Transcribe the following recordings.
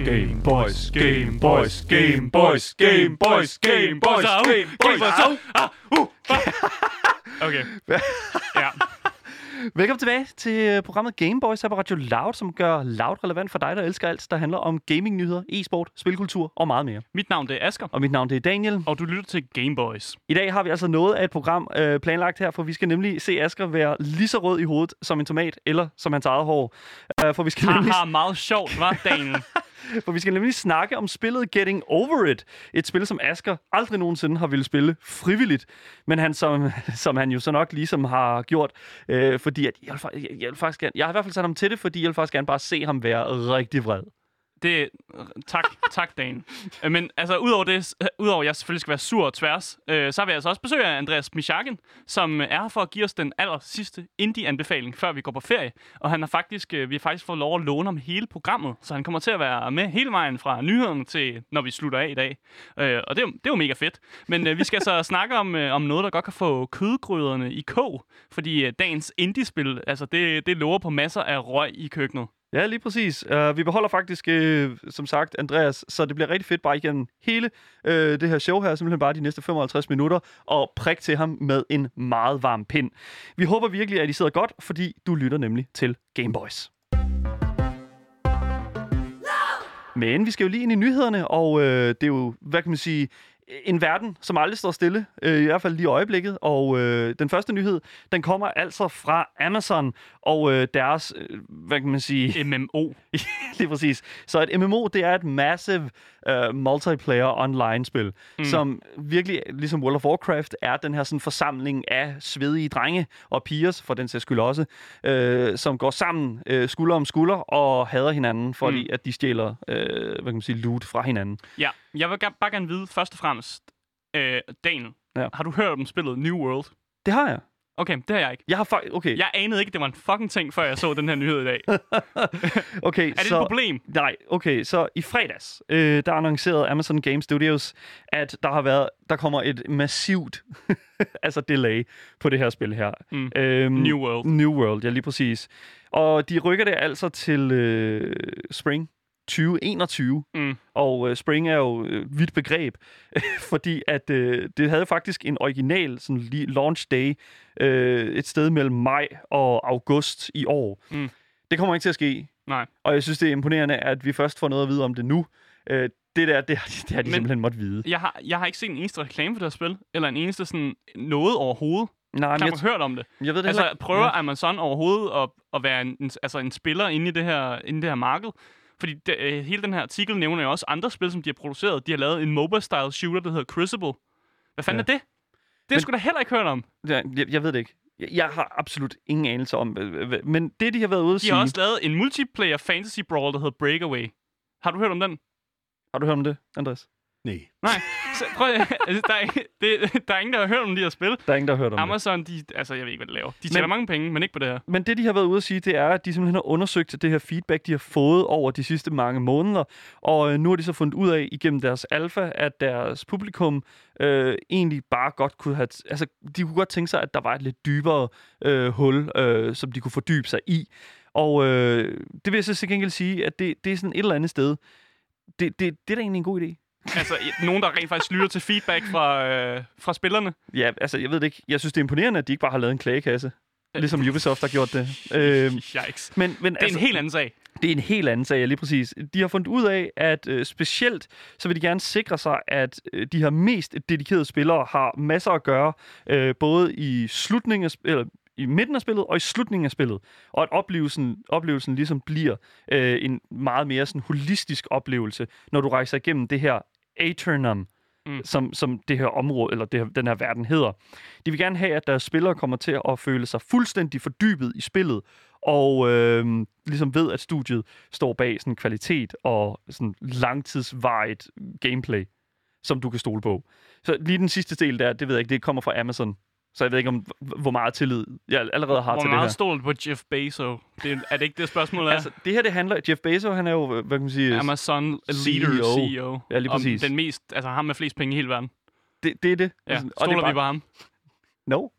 Game Boys, Game Boys, Game Boys, Game Boys, Game Boys, Game Boys. Okay. Ja. Velkommen tilbage til programmet Game Boys her på Radio Loud, som gør Loud relevant for dig, der elsker alt, der handler om gaming-nyheder, e-sport, spilkultur og meget mere. Mit navn det er Asger. Og mit navn det er Daniel. Og du lytter til Game Boys. I dag har vi altså noget af et program planlagt her, for vi skal nemlig se Asger være lige så rød i hovedet som en tomat, eller som hans eget hår. For vi skal nemlig... meget sjovt, hva' Daniel? For vi skal nemlig snakke om spillet Getting Over It. Et spil, som Asger aldrig nogensinde har ville spille frivilligt. Men han, som han jo så nok ligesom har gjort. Fordi at jeg vil faktisk gerne... Jeg har i hvert fald sat ham til det, fordi jeg vil faktisk gerne bare se ham være rigtig vred. Tak, Dan. Men altså, udover at jeg selvfølgelig skal være sur og tværs, så har vi altså også besøg af Andreas Mischaken, som er her for at give os den aller sidste indie-anbefaling, før vi går på ferie. Og vi har faktisk fået lov at låne ham hele programmet, så han kommer til at være med hele vejen fra nyhederne til, når vi slutter af i dag. Og det er jo mega fedt. Men vi skal så snakke om noget, der godt kan få kødgryderne i kog, fordi dagens indie-spil, altså det lover på masser af røg i køkkenet. Ja, lige præcis. Vi beholder faktisk, som sagt, Andreas, så det bliver rigtig fedt bare igennem hele det her show her, simpelthen bare de næste 55 minutter, og prik til ham med en meget varm pind. Vi håber virkelig, at I sidder godt, fordi du lytter nemlig til Game Boys. Men vi skal jo lige ind i nyhederne, og det er jo, hvad kan man sige, en verden, som aldrig står stille, i hvert fald lige i øjeblikket. Og den første nyhed, den kommer altså fra Amazon og deres, hvad kan man sige... MMO. Lige præcis. Så et MMO, det er et massive multiplayer online-spil, som virkelig, ligesom World of Warcraft, er den her sådan forsamling af svedige drenge og pigers, for den sags skyld også, som går sammen skulder om skulder og hader hinanden, fordi at de stjæler, hvad kan man sige, loot fra hinanden. Ja, jeg vil bare gerne vide, først og fremmest, Daniel, har du hørt om spillet New World? Det har jeg. Okay, det har jeg ikke. Jeg anede ikke, det var en fucking ting, før jeg så den her nyhed i dag. Okay, er det et problem? Nej, okay, så i fredags, der annoncerede Amazon Game Studios, at der kommer et massivt altså delay på det her spil her. New World. New World, ja, lige præcis. Og de rykker det altså til spring 2021, og spring er jo et vidt begreb, fordi at det havde faktisk en original sådan launch day et sted mellem maj og august i år. Det kommer ikke til at ske. Nej. Og jeg synes, det er imponerende, at vi først får noget at vide om det nu. Det har de simpelthen måtte vide. Jeg har ikke set en eneste reklame for det her spil, eller en eneste sådan noget overhovedet. Nej, jeg har hørt om det. Jeg ved det altså, prøver Amazon overhovedet at være en spiller inde i det her marked? Fordi hele den her artikel nævner jo også andre spil, som de har produceret. De har lavet en MOBA-style shooter, der hedder Crucible. Hvad fanden er det? Det har jeg sgu da heller ikke hørt om. Jeg ved det ikke. Jeg har absolut ingen anelse om, men det, de har været ude at sige... De har også lavet en multiplayer fantasy brawl, der hedder Breakaway. Har du hørt om den? Har du hørt om det, Andreas? Nej. Så prøv altså, der er ingen, der har hørt om de her spil. Der er ingen, der har hørt om Amazon, jeg ved ikke, hvad de laver. De tjener mange penge, men ikke på det her. Men det, de har været ude at sige, det er, at de simpelthen har undersøgt det her feedback, de har fået over de sidste mange måneder. Og nu har de så fundet ud af, igennem deres alfa, at deres publikum egentlig bare godt kunne have... Altså, de kunne godt tænke sig, at der var et lidt dybere hul, som de kunne fordybe sig i. Og det vil jeg så til gengæld sige, at det er sådan et eller andet sted. Det er da egentlig en god idé. Altså, nogen, der rent faktisk lytter til feedback fra spillerne? Ja, altså, jeg ved det ikke. Jeg synes, det er imponerende, at de ikke bare har lavet en klagekasse. Ligesom Ubisoft har gjort det. Yikes. Men det er en helt anden sag. Det er en helt anden sag, lige præcis. De har fundet ud af, at specielt så vil de gerne sikre sig, at de her mest dedikerede spillere har masser at gøre, både i slutningen af i midten af spillet og i slutningen af spillet. Og at oplevelsen ligesom bliver en meget mere sådan holistisk oplevelse, når du rejser igennem det her Aeternum, som det her område, eller den her verden hedder. De vil gerne have, at deres spillere kommer til at føle sig fuldstændig fordybet i spillet, og ligesom ved, at studiet står bag sådan kvalitet og sådan langtidsvarigt gameplay, som du kan stole på. Så lige den sidste del der, det ved jeg ikke, det kommer fra Amazon. Så jeg ved ikke, hvor meget tillid jeg allerede har til det her. Hvor meget stoler på Jeff Bezos? Er det ikke det spørgsmål, altså, det her, det handler... Jeff Bezos, han er jo, hvad kan man sige... Amazon CEO. Ja, lige præcis. Den mest... Altså, ham med flest penge i hele verden. Det er det. Ja, stoler vi på ham? No.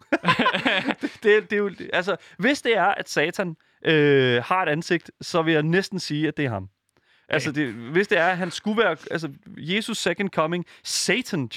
det er jo... Altså, hvis det er, at Satan har et ansigt, så vil jeg næsten sige, at det er ham. Altså, hvis det er, han skulle være... Altså, Jesus second coming, Satan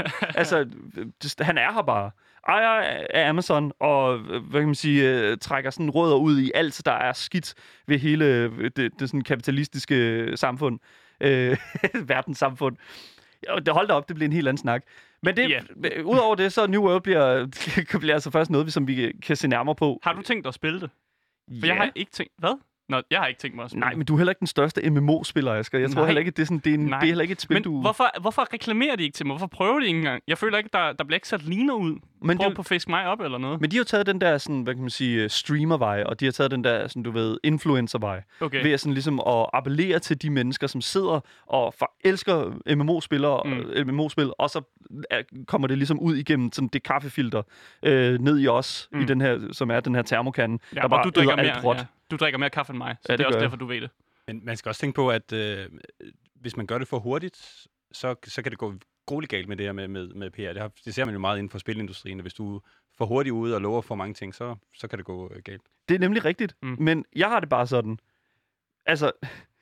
han er her bare. Ejer af Amazon, og hvad kan man sige, trækker sådan rødder ud i alt, der er skidt ved hele det sådan kapitalistiske samfund. Verdenssamfund. Det holdt op, det bliver en helt anden snak. Men udover det, så New World bliver altså først noget, som vi kan se nærmere på. Har du tænkt dig at spille det? For jeg har ikke tænkt... Hvad? Nå, jeg har ikke tænkt mig at spille. Nej, men du er heller ikke den største MMO-spiller, Asger. Jeg tror heller ikke, det er heller ikke et spil, men hvorfor reklamerer de ikke til mig? Hvorfor prøver de ikke engang? Jeg føler ikke, der bliver ikke sat ligner ud. Prøv på fisk mig op eller noget. Men de har jo taget den der, sådan, hvad kan man sige, streamer-vej, og de har taget den der, sådan, du ved, influencer-vej. Okay. Ved at, sådan, ligesom, at appellere til de mennesker, som sidder og elsker MMO-spil, og så kommer det ligesom ud igennem sådan det kaffefilter ned i os, i den her, som er den her termokande, der bare du drikker mere, ja. Du drikker mere kaffe end mig, så det er også derfor, du ved det. Men man skal også tænke på, at hvis man gør det for hurtigt, så kan det gå grueligt galt med det her med PR. Det ser man jo meget inden for spilindustrien, hvis du er for hurtigt ude og lover for mange ting, så kan det gå galt. Det er nemlig rigtigt, men jeg har det bare sådan. Altså,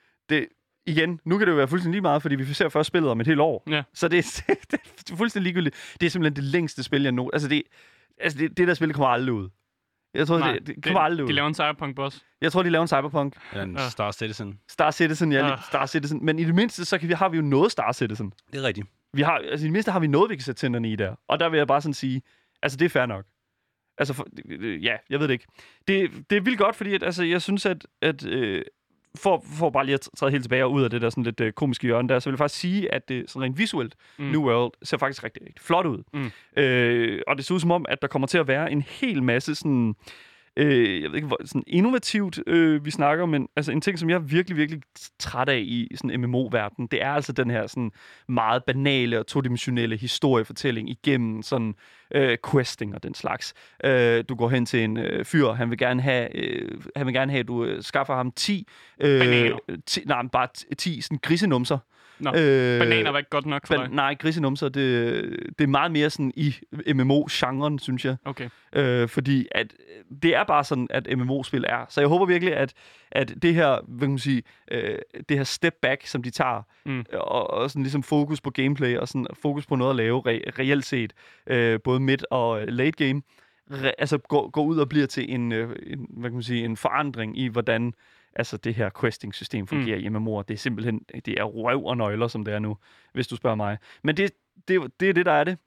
igen, nu kan det jo være fuldstændig lige meget, fordi vi ser først spillet om et helt år. Ja. Så det er fuldstændig ligegyldigt. Det er simpelthen det længste spil, jeg nu... Altså, det der spil kommer aldrig ud. Jeg tror, det kommer aldrig ud. De laver en Cyberpunk-boss. Jeg tror, de laver en Cyberpunk. Ja, en Star Citizen. Star Citizen. Men i det mindste, så har vi jo noget Star Citizen. Det er rigtigt. I det mindste har vi noget, vi kan sætte tænderne i der. Og der vil jeg bare sådan sige, altså det er fair nok. Altså, jeg ved det ikke. Det er vildt godt, fordi jeg synes, at for bare lige at træde helt tilbage og ud af det der sådan lidt komiske hjørne der, så vil jeg faktisk sige, at det sådan rent visuelt, New World ser faktisk rigtig, rigtig flot ud. Og det ser ud som om, at der kommer til at være en hel masse sådan... jeg ved ikke, hvor sådan innovativt vi snakker, men altså en ting, som jeg er virkelig, virkelig træt af i sådan MMO-verden, det er altså den her sådan meget banale og todimensionelle historiefortælling igennem sådan questing og den slags. Du går hen til en fyr, han vil gerne have, at du skaffer ham 10 bare 10 sådan grisenumser. Bananer var ikke godt nok for dig? Nej, grisenumser, det er meget mere sådan i MMO-genren, synes jeg. Okay. Fordi at det er bare sådan, at MMO-spil er. Så jeg håber virkelig, at det her, hvad kan man sige, det her step back, som de tager, og sådan ligesom fokus på gameplay, og sådan fokus på noget at lave reelt set, både mid og late game, altså går ud og bliver til en hvad kan man sige, en forandring i, hvordan altså det her questing-system fungerer i MMO'er. Det er simpelthen, det er røv og nøgler, som det er nu, hvis du spørger mig. Men det er det, der er det.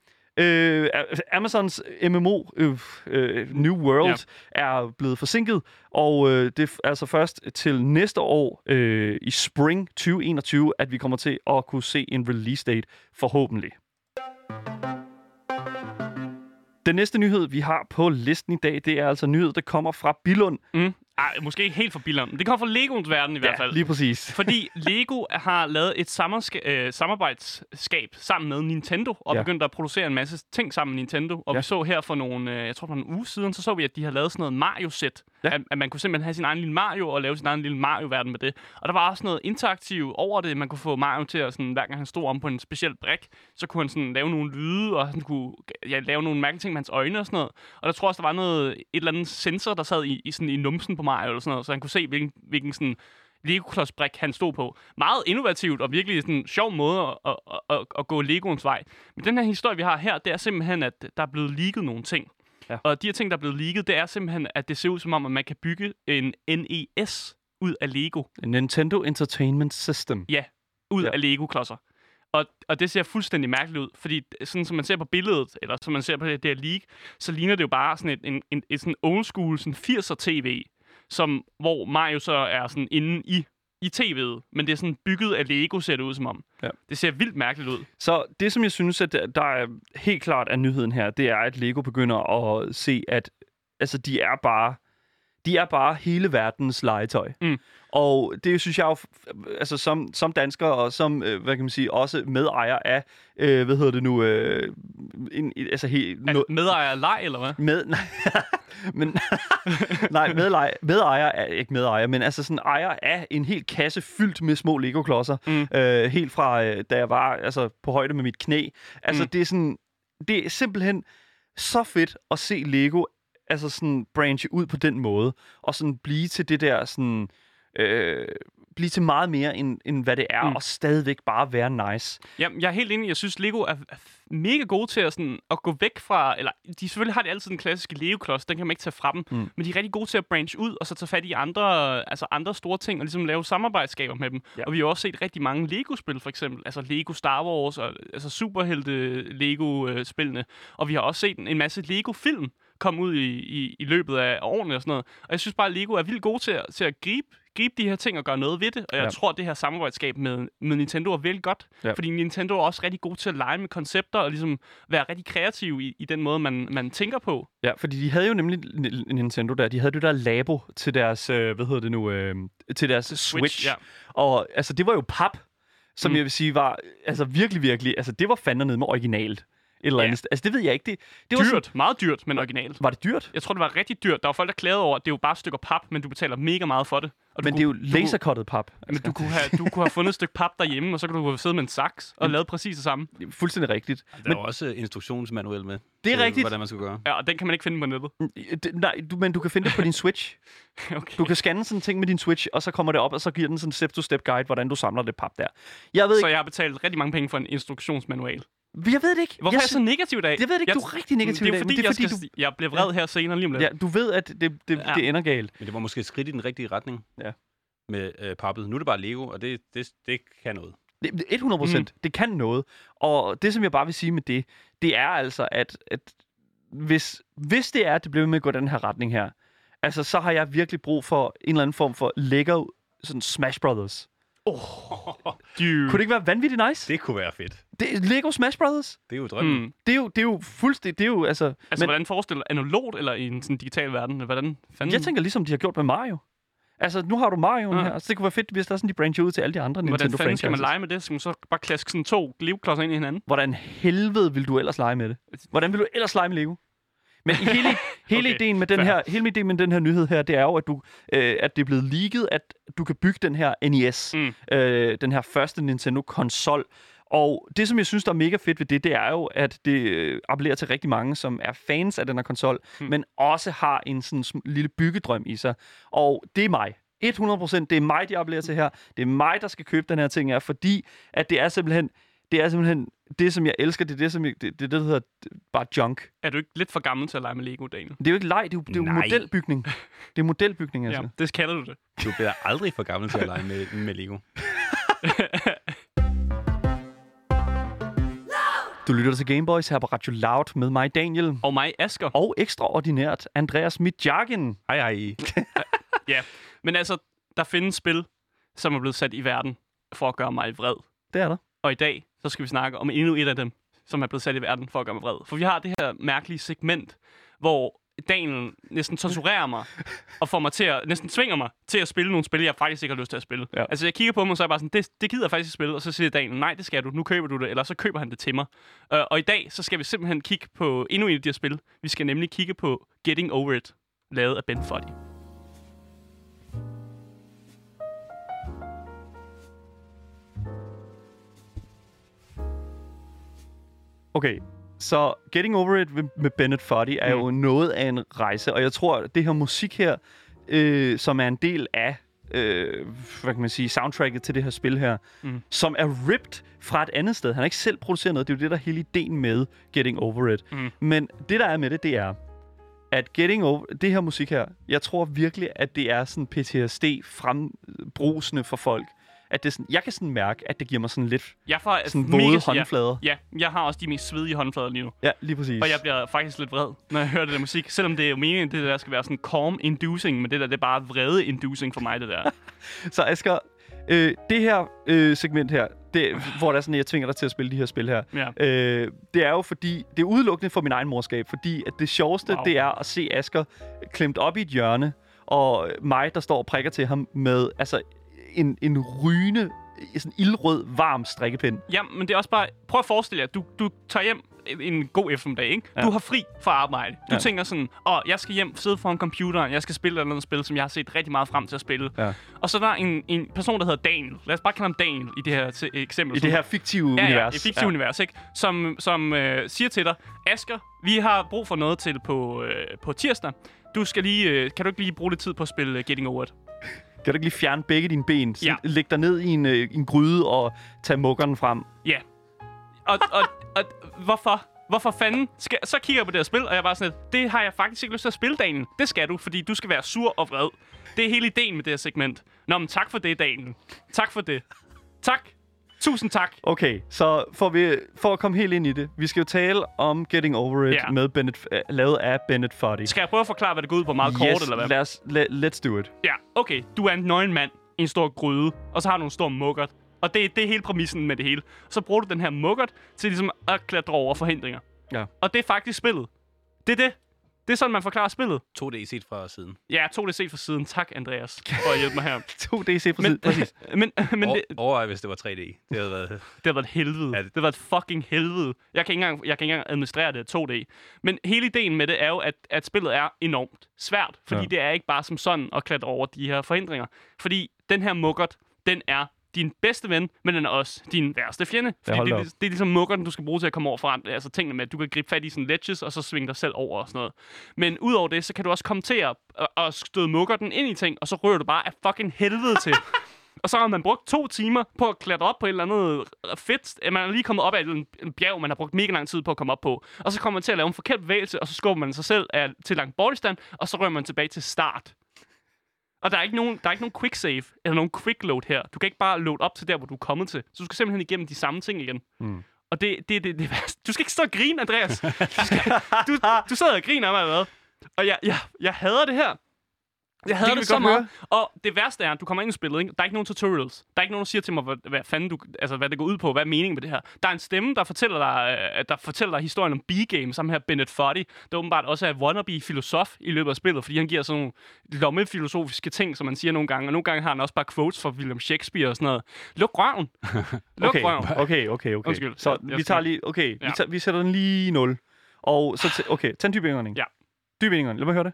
Amazons MMO New World er blevet forsinket, og det er altså først til næste år i spring 2021, at vi kommer til at kunne se en release date, forhåbentlig. Den næste nyhed, vi har på listen i dag, det er altså nyhed, der kommer fra Billund. Måske ikke helt fra Billund. Det kommer fra Legos verden i hvert fald. Ja, lige præcis. Fordi Lego har lavet et samarbejdsskab sammen med Nintendo, og begyndt at producere en masse ting sammen med Nintendo. Og vi så her for jeg tror for en uge siden, så vi, at de har lavet sådan noget Mario-sæt. Ja. At man kunne simpelthen have sin egen lille Mario og lave sin egen lille Mario-verden med det. Og der var også noget interaktivt over det. Man kunne få Mario til at, sådan, hver gang han stod om på en speciel brik, så kunne han sådan lave nogle lyde, og han kunne lave nogle mærkelige ting med hans øjne og sådan noget. Og der tror også, der var et eller andet sensor, der sad i numsen på Mario eller sådan noget, så han kunne se, hvilken sådan Lego-klodsbrik han stod på. Meget innovativt og virkelig sådan en sjov måde at gå Legoens vej. Men den her historie, vi har her, det er simpelthen, at der er blevet leaget nogle ting. Ja. Og de her ting, der er blevet leaget, det er simpelthen, at det ser ud som om, at man kan bygge en NES ud af Lego. En Nintendo Entertainment System. Ja, ud af Lego-klodser. Og det ser fuldstændig mærkeligt ud, fordi sådan som man ser på billedet, eller som man ser på det her leak, så ligner det jo bare sådan et sådan old school sådan 80'er tv, hvor Mario så er sådan inde i tv'et, men det er sådan bygget af Lego, ser det ud som om. Ja. Det ser vildt mærkeligt ud. Så det, som jeg synes, at der er helt klart af nyheden her, det er, at Lego begynder at se, at altså, de er bare hele verdens legetøj. Og det synes jeg jo, altså som dansker og som, hvad kan man sige, også medejer af, hvad hedder det nu? Medejer af leg, eller hvad? Medejer er ikke medejer, men altså sådan ejer af en hel kasse fyldt med små Lego-klodser. Helt fra, da jeg var altså, på højde med mit knæ. Altså det er simpelthen så fedt at se Lego altså sådan branche ud på den måde, og sådan blive til det der sådan, blive til meget mere, end hvad det er, og stadigvæk bare være nice. Jamen, jeg er helt enig. Jeg synes, Lego er mega gode til at gå væk fra... Eller, de selvfølgelig har de altid den klassiske Lego-klods. Den kan man ikke tage fra dem. Men de er rigtig gode til at branche ud, og så tage fat i andre store ting, og ligesom lave samarbejdsskaber med dem. Ja. Og vi har også set rigtig mange Lego-spil, for eksempel. Altså Lego Star Wars, og altså superhelte Lego-spillene. Og vi har også set en masse Lego-film komme ud i løbet af årene og sådan noget. Og jeg synes bare, at Lego er vildt gode til at gribe de her ting og gøre noget ved det. Og jeg tror, at det her samarbejdsskab med Nintendo er virkelig godt. Ja. Fordi Nintendo er også rigtig god til at lege med koncepter og ligesom være rigtig kreativ i den måde, man tænker på. Ja, fordi de havde jo nemlig Nintendo der. De havde det der Labo til deres, til deres Switch. Ja. Og altså, det var jo pap, som jeg vil sige var altså virkelig, altså det var fandme ned med originalt. Eller andet. Altså, det ved jeg ikke. Det var dyrt. Sådan... Meget dyrt, men originalt. Var det dyrt? Jeg tror, det var rigtig dyrt. Der var folk, der klagede over, at det er jo bare stykker pap, men du betaler mega meget for det. Og men det er jo lasercuttet pap. Men du kunne have fundet et stykke pap derhjemme, og så kunne du have siddet med en saks og lavet præcis det samme. Fuldstændig rigtigt. Der er jo også instruktionsmanual med. Det er rigtigt. Hvordan man skal gøre. Ja, og den kan man ikke finde på nettet. Men du kan finde det på din Switch. Okay. Du kan scanne sådan en ting med din Switch, og så kommer det op, og så giver den sådan en step-to-step guide, hvordan du samler det pap der. Så jeg har betalt rigtig mange penge for en instruktionsmanual. Jeg ved det ikke. Hvorfor er jeg så negativ i dag? Jeg ved det ikke, du er rigtig negativ i dag. Det er fordi, jeg bliver vred her senere lige om lidt. Ja, du ved, at det ender galt. Men det var måske et skridt i den rigtige retning med pappet. Nu er det bare Lego, og det kan noget. 100%. Det kan noget. Og det, som jeg bare vil sige med det er altså, at hvis det er, at det bliver med at gå den her retning her, altså, så har jeg virkelig brug for en eller anden form for Lego, sådan Smash Brothers. Kunne det ikke være vanvittigt nice? Det kunne være fedt. Lego Smash Brothers? Det er jo drømmen. Det er jo fuldstændig... Det er jo, altså, hvordan forestiller du analogt eller i en sådan digital verden? Hvordan fanden? Jeg tænker ligesom, de har gjort med Mario. Altså, nu har du Mario'en her, så det kunne være fedt, hvis der er sådan, de brancher ud til alle de andre Nintendo franchises. Hvordan fanden skal man lege med det? Skal man så bare klaske sådan 2 Lego-klodser ind i hinanden? Hvordan helvede vil du ellers lege med det? Hvordan vil du ellers lege med Lego? Men hele ideen med den her nyhed her, det er jo, at det er blevet leaget, at du kan bygge den her NES, den her første Nintendo-konsol. Og det, som jeg synes, der er mega fedt ved det er jo, at det appellerer til rigtig mange, som er fans af den her konsol, men også har en sådan lille byggedrøm i sig. Og det er mig. 100%. Det er mig, de appellerer til her. Det er mig, der skal købe den her ting her, fordi at det er simpelthen det, som jeg elsker. Det er det, der hedder bare junk. Er du ikke lidt for gammel til at lege med Lego, Daniel? Det er jo ikke leg, det er jo modelbygning. Det er modelbygning, altså. Ja, det kalder du det. Du bliver aldrig for gammel til at lege med Lego. Du lytter til Gameboys her på Radio Loud med mig, Daniel. Og mig, Asger. Og ekstraordinært, Andreas Midjagen. Hej. Ja, men altså, der findes spil, som er blevet sat i verden for at gøre mig vred. Det er der. Og i dag, så skal vi snakke om endnu et af dem, som er blevet sat i verden for at gøre mig vred. For vi har det her mærkelige segment, hvor Daniel næsten torturerer mig, og får mig næsten tvinger mig til at spille nogle spil, jeg faktisk ikke har lyst til at spille. Ja. Altså, jeg kigger på mig, og så er jeg bare sådan, det gider jeg faktisk at spille, og så siger Daniel, nej, det skal du, nu køber du det, eller så køber han det til mig. Og i dag, så skal vi simpelthen kigge på endnu et af de her spil. Vi skal nemlig kigge på Getting Over It, lavet af Ben Foddy. Okay, så Getting Over It med Bennett Foddy er jo noget af en rejse, og jeg tror, at det her musik her, som er en del af, hvad kan man sige, soundtracket til det her spil her, som er ripped fra et andet sted. Han har ikke selv produceret noget, det er jo det, der er hele ideen med Getting Over It. Men det, der er med det er, at det her musik her, jeg tror virkelig, at det er sådan PTSD frembrusende for folk. At det sådan, jeg kan sådan mærke, at det giver mig sådan lidt sådan våde håndflader. Ja, jeg har også de mest svedige håndflader lige nu. Ja, lige præcis. Og jeg bliver faktisk lidt vred, når jeg hører det der musik. Selvom det er jo meningen, det der skal være sådan calm-inducing, men det der, det er bare vrede-inducing for mig, det der. Så Asger, det her segment her, hvor der er sådan, jeg tvinger dig til at spille de her spil her, det er jo fordi, det er udelukkende for min egen morskab, fordi at det sjoveste, det er at se Asger klemt op i et hjørne, og mig, der står og prikker til ham med, altså, en rygende, sådan ildrød, varm strikkepind. Ja, men det er også bare... Prøv at forestille dig, du tager hjem en god eftermiddag, ikke? Ja. Du har fri fra arbejde. Du tænker sådan, jeg skal hjem, sidde foran computeren, jeg skal spille et eller andet spil, som jeg har set rigtig meget frem til at spille. Ja. Og så er der en person, der hedder Daniel. Lad os bare kalde ham Daniel i det her eksempel. I det her fiktive univers. Ja, i det fiktive univers, ikke? Som siger til dig, Asger, vi har brug for noget til på tirsdag. Kan du ikke lige bruge lidt tid på at spille Getting Over It? Kan du ikke lige fjerne begge dine ben? Ja. Læg dig ned i en gryde og tage mukkeren frem. Ja. Og hvorfor? Hvorfor fanden? Så kigger jeg på det her spil, og jeg er bare sådan lidt, det har jeg faktisk ikke lyst til at spille, Daniel. Det skal du, fordi du skal være sur og vred. Det er hele ideen med det her segment. Nå, men tak for det, Daniel. Tak for det. Tak. Tusind tak. Okay, så for at komme helt ind i det. Vi skal jo tale om Getting Over It med lavet af Bennett Foddy. Skal jeg prøve at forklare, hvad det går ud på meget kort, eller hvad? Let's do it. Ja, okay. Du er en nøgen mand i en stor gryde, og så har du en stor mukkert. Og det er hele præmissen med det hele. Så bruger du den her mukkert til ligesom at klatre over forhindringer. Ja. Og det er faktisk spillet. Det er det. Det er sådan, man forklarer spillet. 2D set fra siden. Ja, 2D set fra siden. Tak, Andreas, for at hjælpe mig her. 2D set fra siden, præcis. Men Overvej, hvis det var 3D. Det havde været et helvede. Ja, det havde været et fucking helvede. Jeg kan ikke engang administrere det 2D. Men hele ideen med det er jo, at spillet er enormt svært. Fordi det er ikke bare som sådan at klatre over de her forhindringer. Fordi den her mukkert, den er din bedste ven, men den er også din værste fjende. Fordi det er ligesom mukkerten, du skal bruge til at komme over foran. Altså tingene med, at du kan gribe fat i sådan ledges, og så svinge dig selv over og sådan noget. Men udover det, så kan du også komme til at støde mukkerten ind i ting, og så rører du bare af fucking helvede til. Og så har man brugt 2 timer på at klatre op på et eller andet fedt. Man er lige kommet op af en bjerg, man har brugt mega lang tid på at komme op på. Og så kommer man til at lave en forkert bevægelse, og så skubber man sig selv til langt bodystand, og så rører man tilbage til start. Og der er ikke nogen quick save eller nogen quick load her. Du kan ikke bare load op til der, hvor du er kommet til. Så du skal simpelthen igennem de samme ting igen. Og det er det værste. Du skal ikke stå og grine, Andreas. Du sidder og griner af mig, hvad? Og jeg hader det her. Jeg hader det så meget. Og det værste er, at du kommer ind i spillet, ikke? Der er ikke nogen tutorials. Der er ikke nogen, der siger til mig, hvad det går ud på, hvad er meningen med det her. Der er en stemme, der fortæller dig historien om B-Game, sammen her Bennett Foddy, der åbenbart også er wannabe-filosof i løbet af spillet, fordi han giver sådan nogle lommefilosofiske ting, som man siger nogle gange, og nogle gange har han også bare quotes fra William Shakespeare og sådan noget. Luk røven. Luk røven. Okay. Undskyld. Så vi tager lige, vi sætter den lige i 0. Og så, tag en dyb indånding. Ja. Dyb indånding. Lad mig høre det.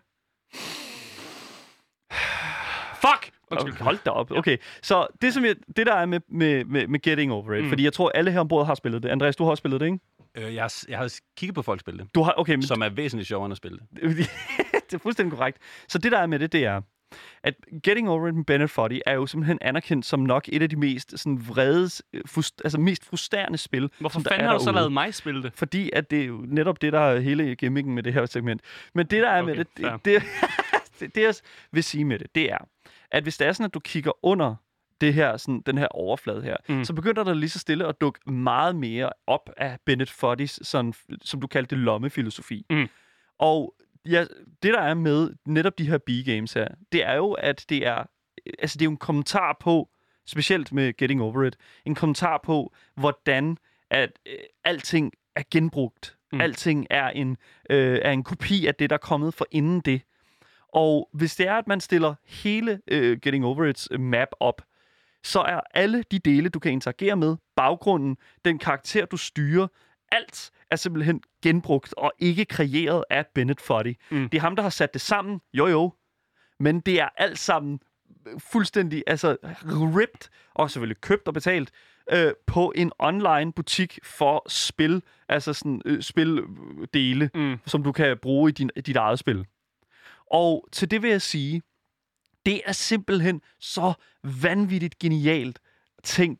Fuck! Undskyld. Okay, hold da op. Okay, så det der er med Getting Over It, fordi jeg tror, alle her ombord har spillet det. Andreas, du har også spillet det, ikke? Jeg har kigget på folk spille det. Du har, okay, som er væsentligt sjovere end at spille det. Det er fuldstændig korrekt. Så det der er med det er, at Getting Over It med Bennett Foddy er jo simpelthen anerkendt som nok et af de mest sådan vredes, mest frustrerende spil. Hvorfor fanden har du så lavet mig spille det? Fordi at det er jo netop det, der er hele gimmicken med det her segment. Men det der er med det jeg vil sige med det er, at hvis det er sådan, at du kigger under det her, sådan, den her overflade her, så begynder der lige så stille at dukke meget mere op af Bennett Foddys, sådan, som du kaldte det, lommefilosofi. Og ja, det der er med netop de her B-games her, det er jo, at det er jo en kommentar på, specielt med Getting Over It, en kommentar på, hvordan at alting er genbrugt. Alting er en kopi af det, der er kommet for inden det. Og hvis det er, at man stiller hele Getting Over It's map op, så er alle de dele, du kan interagere med, baggrunden, den karakter, du styrer, alt er simpelthen genbrugt og ikke kreeret af Bennett Foddy. Det er ham, der har sat det sammen, jo, men det er alt sammen fuldstændig ripped, og selvfølgelig købt og betalt, på en online butik for spil, altså sådan spildele, som du kan bruge i dit eget spil. Og til det vil jeg sige, det er simpelthen så vanvittigt genialt tænkt.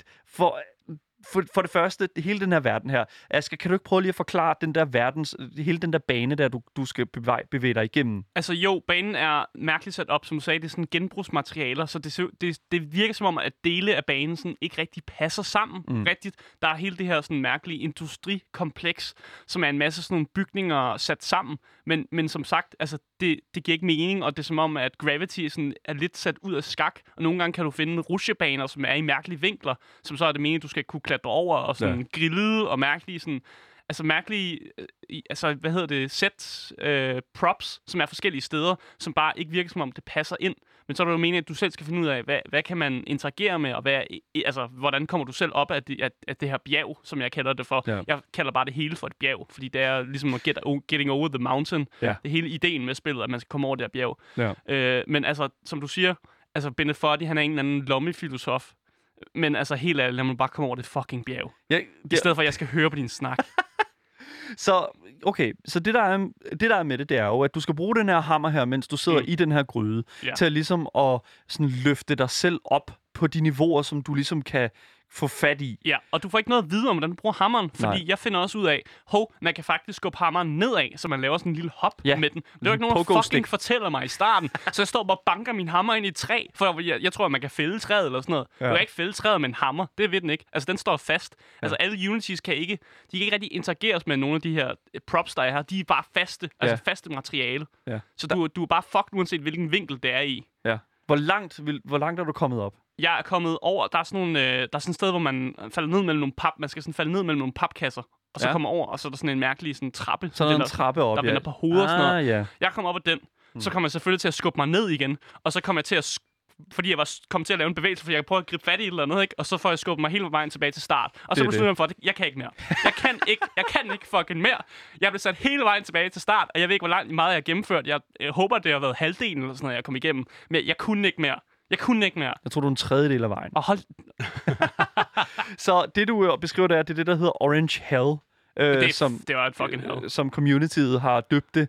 For det første, hele den her verden her. Asger, kan du ikke prøve lige at forklare den der hele den der bane, der du skal bevæge dig igennem? Altså jo, banen er mærkeligt sat op, som du sagde. Det er sådan genbrugsmaterialer, så det virker som om, at dele af banen sådan ikke rigtig passer sammen rigtigt. Der er hele det her sådan mærkelige industrikompleks, som er en masse sådan nogle bygninger sat sammen. Men som sagt, altså det giver ikke mening, og det er som om, at Gravity sådan er lidt sat ud af skak. Og nogle gange kan du finde rutsjebaner, som er i mærkelige vinkler, som så er det meningen, du skal kunne klatre over, og sådan grillede og mærkelige sådan... Altså mærkelige, set props, som er forskellige steder, som bare ikke virker som om det passer ind. Men så er det jo meningen, at du selv skal finde ud af, hvad kan man interagere med, og hvordan kommer du selv op af det her bjerg, som jeg kalder det for. Ja. Jeg kalder bare det hele for et bjerg, fordi det er ligesom at getting over the mountain. Ja. Det er hele ideen med spillet, at man skal komme over det her bjerg. Ja. Men altså, som du siger, altså Bennett Foddy, han er en eller anden lommefilosof. Men altså helt ærligt, lad mig bare komme over det fucking bjerg. I stedet for, at jeg skal høre på din snak. Så det der er med det er jo, at du skal bruge den her hammer her, mens du sidder i den her gryde, til at ligesom at sådan løfte dig selv op på de niveauer, som du ligesom kan få fat i. Ja, og du får ikke noget at vide om, hvordan du bruger hammeren, fordi jeg finder også ud af, man kan faktisk skubbe hammeren nedad, så man laver sådan en lille hop med den. Det er jo ikke nogen, der fucking fortæller mig i starten. Så jeg står bare og banker min hammer ind i et træ, for jeg tror, at man kan fælde træet eller sådan noget. Du kan ikke fælde træet med en hammer, det ved den ikke. Altså, den står fast. Altså, alle Unities kan ikke rigtig interageres med nogle af de her props, der er her. De er bare faste, altså faste materiale. Ja. Så du er bare fucked, uanset hvilken vinkel det er i. Ja. Hvor langt er du kommet op? Jeg er kommet over. Der er sådan et sted, hvor man falder ned mellem nogle man skal sådan falde ned mellem nogle papkasser, og så kommer over, og så er der sådan en mærkelig sådan trappe. Sådan en trappe op, der vender på hovedet og sådan noget. Ja. Jeg kommer op ad den, så kommer jeg selvfølgelig til at skubbe mig ned igen, og så kommer jeg til at fordi jeg var kommet til at lave en bevægelse, fordi jeg kan prøve at gribe fat i et eller andet, ikke? Og så får jeg skubbet mig hele vejen tilbage til start. Og så beslutter jeg for, at jeg kan ikke mere. Jeg kan ikke fucking mere. Jeg blev sat hele vejen tilbage til start, og jeg ved ikke, hvor meget jeg har gennemført. Jeg håber, det har været halvdelen eller sådan noget, jeg kom igennem. Men jeg kunne ikke mere. Jeg tror, du er en tredjedel af vejen. Og Så det, du beskriver, det er det, der hedder Orange Hell. Det var et fucking hell. Som communityet har døbt det.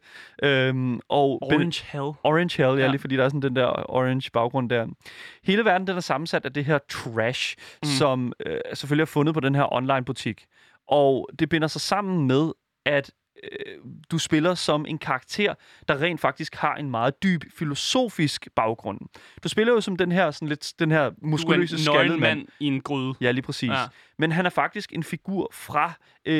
Orange Hell? Orange Hell, ja, lige fordi der er sådan den der orange baggrund der. Hele verden, den er sammensat af det her trash, som selvfølgelig er fundet på den her online-butik. Og det binder sig sammen med, at du spiller som en karakter, der rent faktisk har en meget dyb filosofisk baggrund. Du spiller jo som den her muskuløse skaldede mand i en gryde. Ja, lige præcis. Ja. Men han er faktisk en figur fra,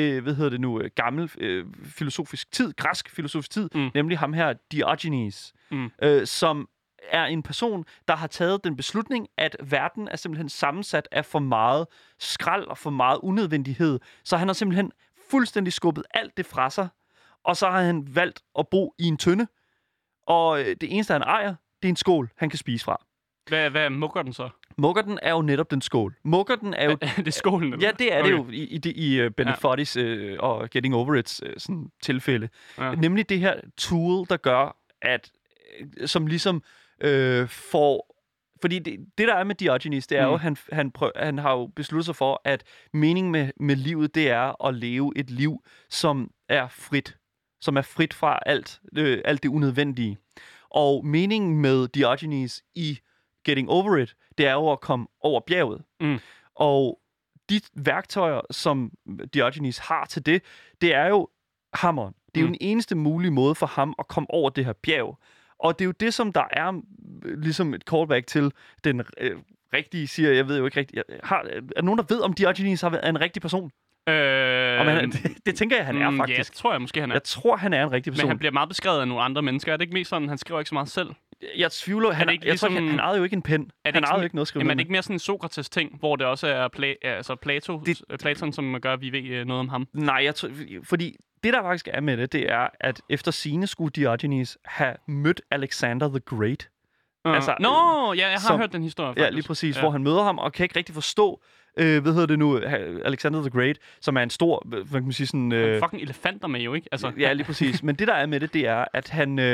gammel filosofisk tid, græsk filosofisk tid, nemlig ham her, Diogenes, som er en person, der har taget den beslutning, at verden er simpelthen sammensat af for meget skrald og for meget unødvendighed. Så han har simpelthen fuldstændig skubbet alt det fra sig, og så har han valgt at bo i en tønde, og det eneste, han ejer, det er en skål, han kan spise fra. Hvad er muggerten så? Muggerten er jo netop den skål. Muggerten er jo... Er det skålen? Eller? Ja, det er det jo i Benefodis og Getting Over It's sådan tilfælde. Ja. Nemlig det her tool, der gør, at som ligesom får... Fordi det der er med Diogenes, det er jo, han har jo besluttet sig for, at meningen med livet, det er at leve et liv, som er frit. Som er frit fra alt det unødvendige. Og meningen med Diogenes i Getting Over It, det er jo at komme over bjerget. Og de værktøjer, som Diogenes har til det, det er jo hammeren. Det er jo den eneste mulige måde for ham at komme over det her bjerg. Og det er jo det, som der er ligesom et callback til den rigtige, siger jeg ved jo ikke rigtigt. Er nogen, der ved, om Diogenes er en rigtig person? Det tænker jeg, han er faktisk. Ja, det tror jeg måske, han er. Jeg tror, han er en rigtig person. Men han bliver meget beskrevet af nogle andre mennesker. Er det ikke mest sådan, han skriver ikke så meget selv? Jeg tvivler, han ejede jo ikke en pen. Han ejede jo ikke noget at skrive med. Er det ikke mere sådan en Sokrates-ting, hvor det også er Platon, som gør, at vi ved noget om ham? Nej, fordi det, der faktisk er med det er, at efter sigende skulle Diogenes have mødt Alexander the Great. Jeg har hørt den historie, faktisk. Ja, lige præcis, hvor han møder ham, og kan ikke rigtig forstå, Alexander the Great, som er en stor, hvad kan man sige, sådan... fucking elefanter med jo, ikke? Altså. Ja, lige præcis. Men det, der er med det er, at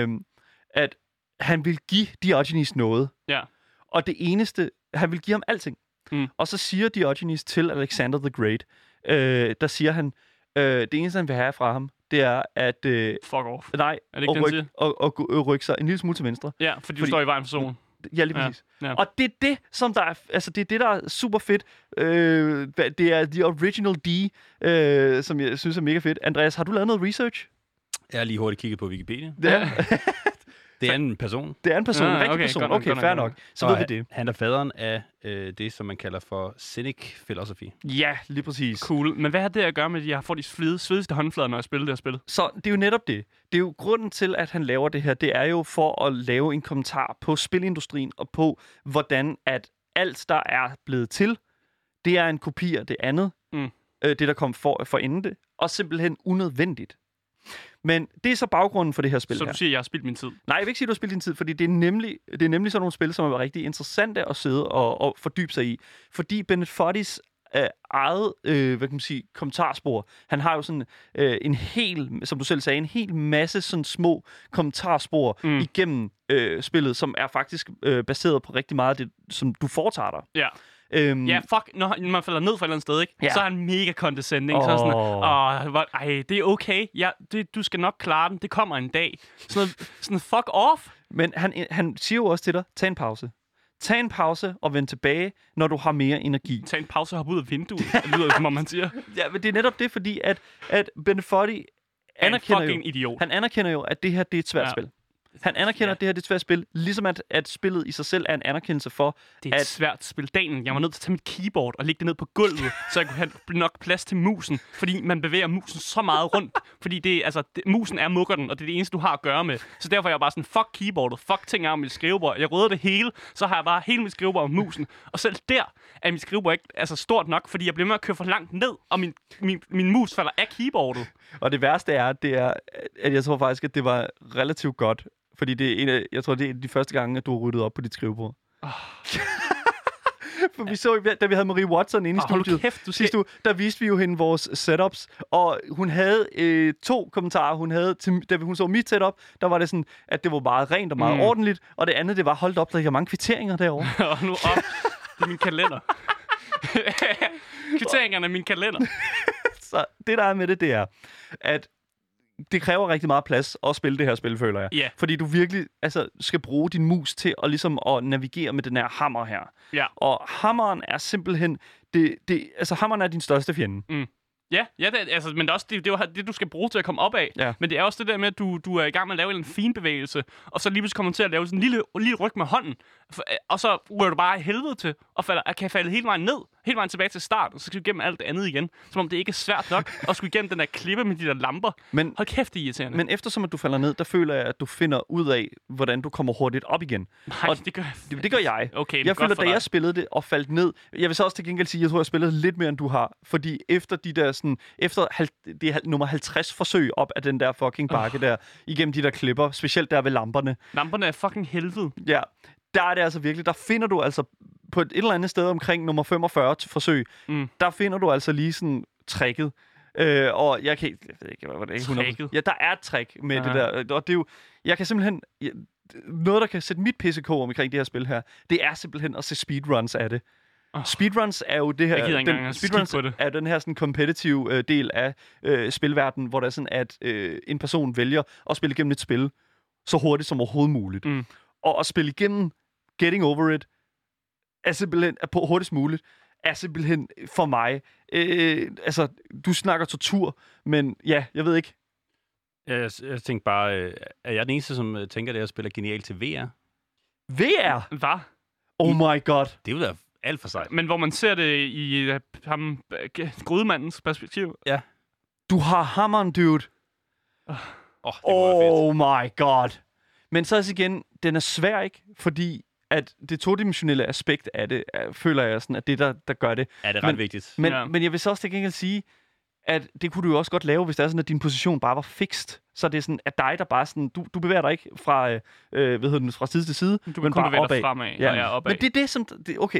han vil give Diogenes noget. Ja. Og det eneste, han vil give ham alting. Og så siger Diogenes til Alexander the Great, der siger han, det eneste, han vil have fra ham, det er at... Fuck off. Nej, er det ikke og rykke sig en lille smule til venstre. Ja, fordi du står i vejen for solen. Ja, lige præcis. Ja. Og det er det, som der er... Altså, det er det, der er super fedt. Det er The Original D, som jeg synes er mega fedt. Andreas, har du lavet noget research? Jeg har lige hurtigt kigget på Wikipedia. Ja. Det er en person. Det er en person, en rigtig person. Okay, fair nok. Så ved vi det. Han er faderen af det, som man kalder for Cynic Philosophy. Ja, lige præcis. Cool. Men hvad har det at gøre med, at jeg får de svedigste håndflader, når jeg spiller det her spil? Så det er jo netop det. Det er jo grunden til, at han laver det her. Det er jo for at lave en kommentar på spilindustrien og på, hvordan at alt, der er blevet til, det er en kopi af det andet. Det, der kom for inden det. Og simpelthen unødvendigt. Men det er så baggrunden for det her spil. Så du siger, at jeg har spildt min tid? Nej, jeg vil ikke sige, at du har spildt din tid, fordi det er nemlig sådan nogle spil, som er rigtig interessante at sidde og fordybe sig i. Fordi Benefodis eget, hvad kan man sige, kommentarspor, han har jo sådan en hel, som du selv sagde, en hel masse sådan små kommentarspor igennem spillet, som er faktisk baseret på rigtig meget af det, som du foretager dig. Ja. Ja, fuck, når man falder ned fra et eller andet sted, ikke? Ja. Så er han mega condescending. Så er sådan, det er okay. Ja, du skal nok klare den. Det kommer en dag. Sådan fuck off. Men han siger jo også til dig, tag en pause. Tag en pause og vend tilbage, når du har mere energi. Tag en pause og hoppe ud af vinduet. Det lyder som om man siger. Ja, men det er netop det, fordi at Ben Foddy idiot. Han anerkender jo, at det her det er et svært spil. Han anerkender, at det her det er et svært spil, ligesom at spillet i sig selv er en anerkendelse for, det er et svært spil. Daniel, jeg var nødt til at tage mit keyboard og lægge det ned på gulvet, så jeg kunne have nok plads til musen, fordi man bevæger musen så meget rundt. Fordi musen er muggerden, og det er det eneste, du har at gøre med. Så derfor er jeg bare sådan, fuck keyboardet, fuck ting af mit skrivebord. Jeg rydder det hele, så har jeg bare hele mit skrivebord om musen. Og selv der er mit skrivebord ikke stort nok, fordi jeg bliver med at køre for langt ned, og min mus falder af keyboardet. Og det værste er, at jeg tror faktisk, at det var relativt godt. Fordi det er jeg tror, det er de første gange, at du har ryddet op på dit skrivebord. For vi så, da vi havde Marie Watson inde i studiet sidste uge, der viste vi jo hende vores setups, og hun havde 2 kommentarer. Hun havde, da hun så mit setup, der var det sådan, at det var meget rent og meget ordentligt, og det andet, det var holdt op, der er mange kvitteringer derovre. Og nu op i min kalender. Kvitteringerne i min kalender. Så det, der er med det er, at det kræver rigtig meget plads at spille det her spil, føler jeg. Yeah. Fordi du virkelig skal bruge din mus til at navigere med den her hammer her. Yeah. Og hammeren er simpelthen... hammeren er din største fjende. Mm. Ja, men det er også det, du skal bruge til at komme op af. Ja. Men det er også det der med, at du er i gang med at lave en fin bevægelse, og så lige pludselig kommer du til at lave sådan en lille ryg med hånden, og så rører du bare i helvede til, og kan falde hele vejen ned, hele vejen tilbage til start, og så skal du igennem alt det andet igen. Som om det ikke er svært nok at skulle igennem den der klippe med de der lamper. Men, hold kæft, det er irriterende. Men eftersom at du falder ned, der føler jeg, at du finder ud af, hvordan du kommer hurtigt op igen. Nej, og det gør jeg. Okay, jeg føler, da jeg spillede det og faldt ned, jeg vil så også til gengæld sige, at jeg tror, jeg spillede lidt mere, end du har. Fordi efter det er nummer 50 forsøg op af den der fucking bakke der, igennem de der klipper, specielt der ved lamperne. Lamperne er fucking helvede. Ja, der er det altså virkelig, der finder du altså på et eller andet sted omkring nummer 45 til forsøg, der finder du altså lige sådan tricket. Og jeg ved ikke, hvad det er. Tricket? Ja, der er et trick med det der. Og det er jo, jeg kan simpelthen... Noget, der kan sætte mit PCK omkring det her spil her, det er simpelthen at se speedruns af det. Speedruns er jo det her... Speedruns er den her sådan competitive del af spilverdenen, hvor der er sådan, at en person vælger at spille igennem et spil så hurtigt som overhovedet muligt. Og at spille igennem Getting Over It er simpelthen på hurtigst muligt, er simpelthen for mig... du snakker tortur, men ja, jeg ved ikke. Jeg tænkte bare, er jeg den eneste, som tænker, at det her spil er genialt til VR? VR? Hvad? Oh my god. Det er jo da alt for sig. Men hvor man ser det i grydemandens perspektiv. Ja. Du har hammeren, dude. Oh my god. Men så igen, den er svær, ikke? Fordi at det todimensionelle aspekt af det, føler jeg sådan, at det, der gør det. Ja, det er ret vigtigt. Men jeg vil så også til gengæld sige, at det kunne du jo også godt lave, hvis det er sådan, at din position bare var fikst. Så det er sådan, at dig, der bare sådan... Du bevæger dig ikke fra, fra side til side, du men kun bare opad. Fremad, ja. Opad. Men det er det, som... Okay,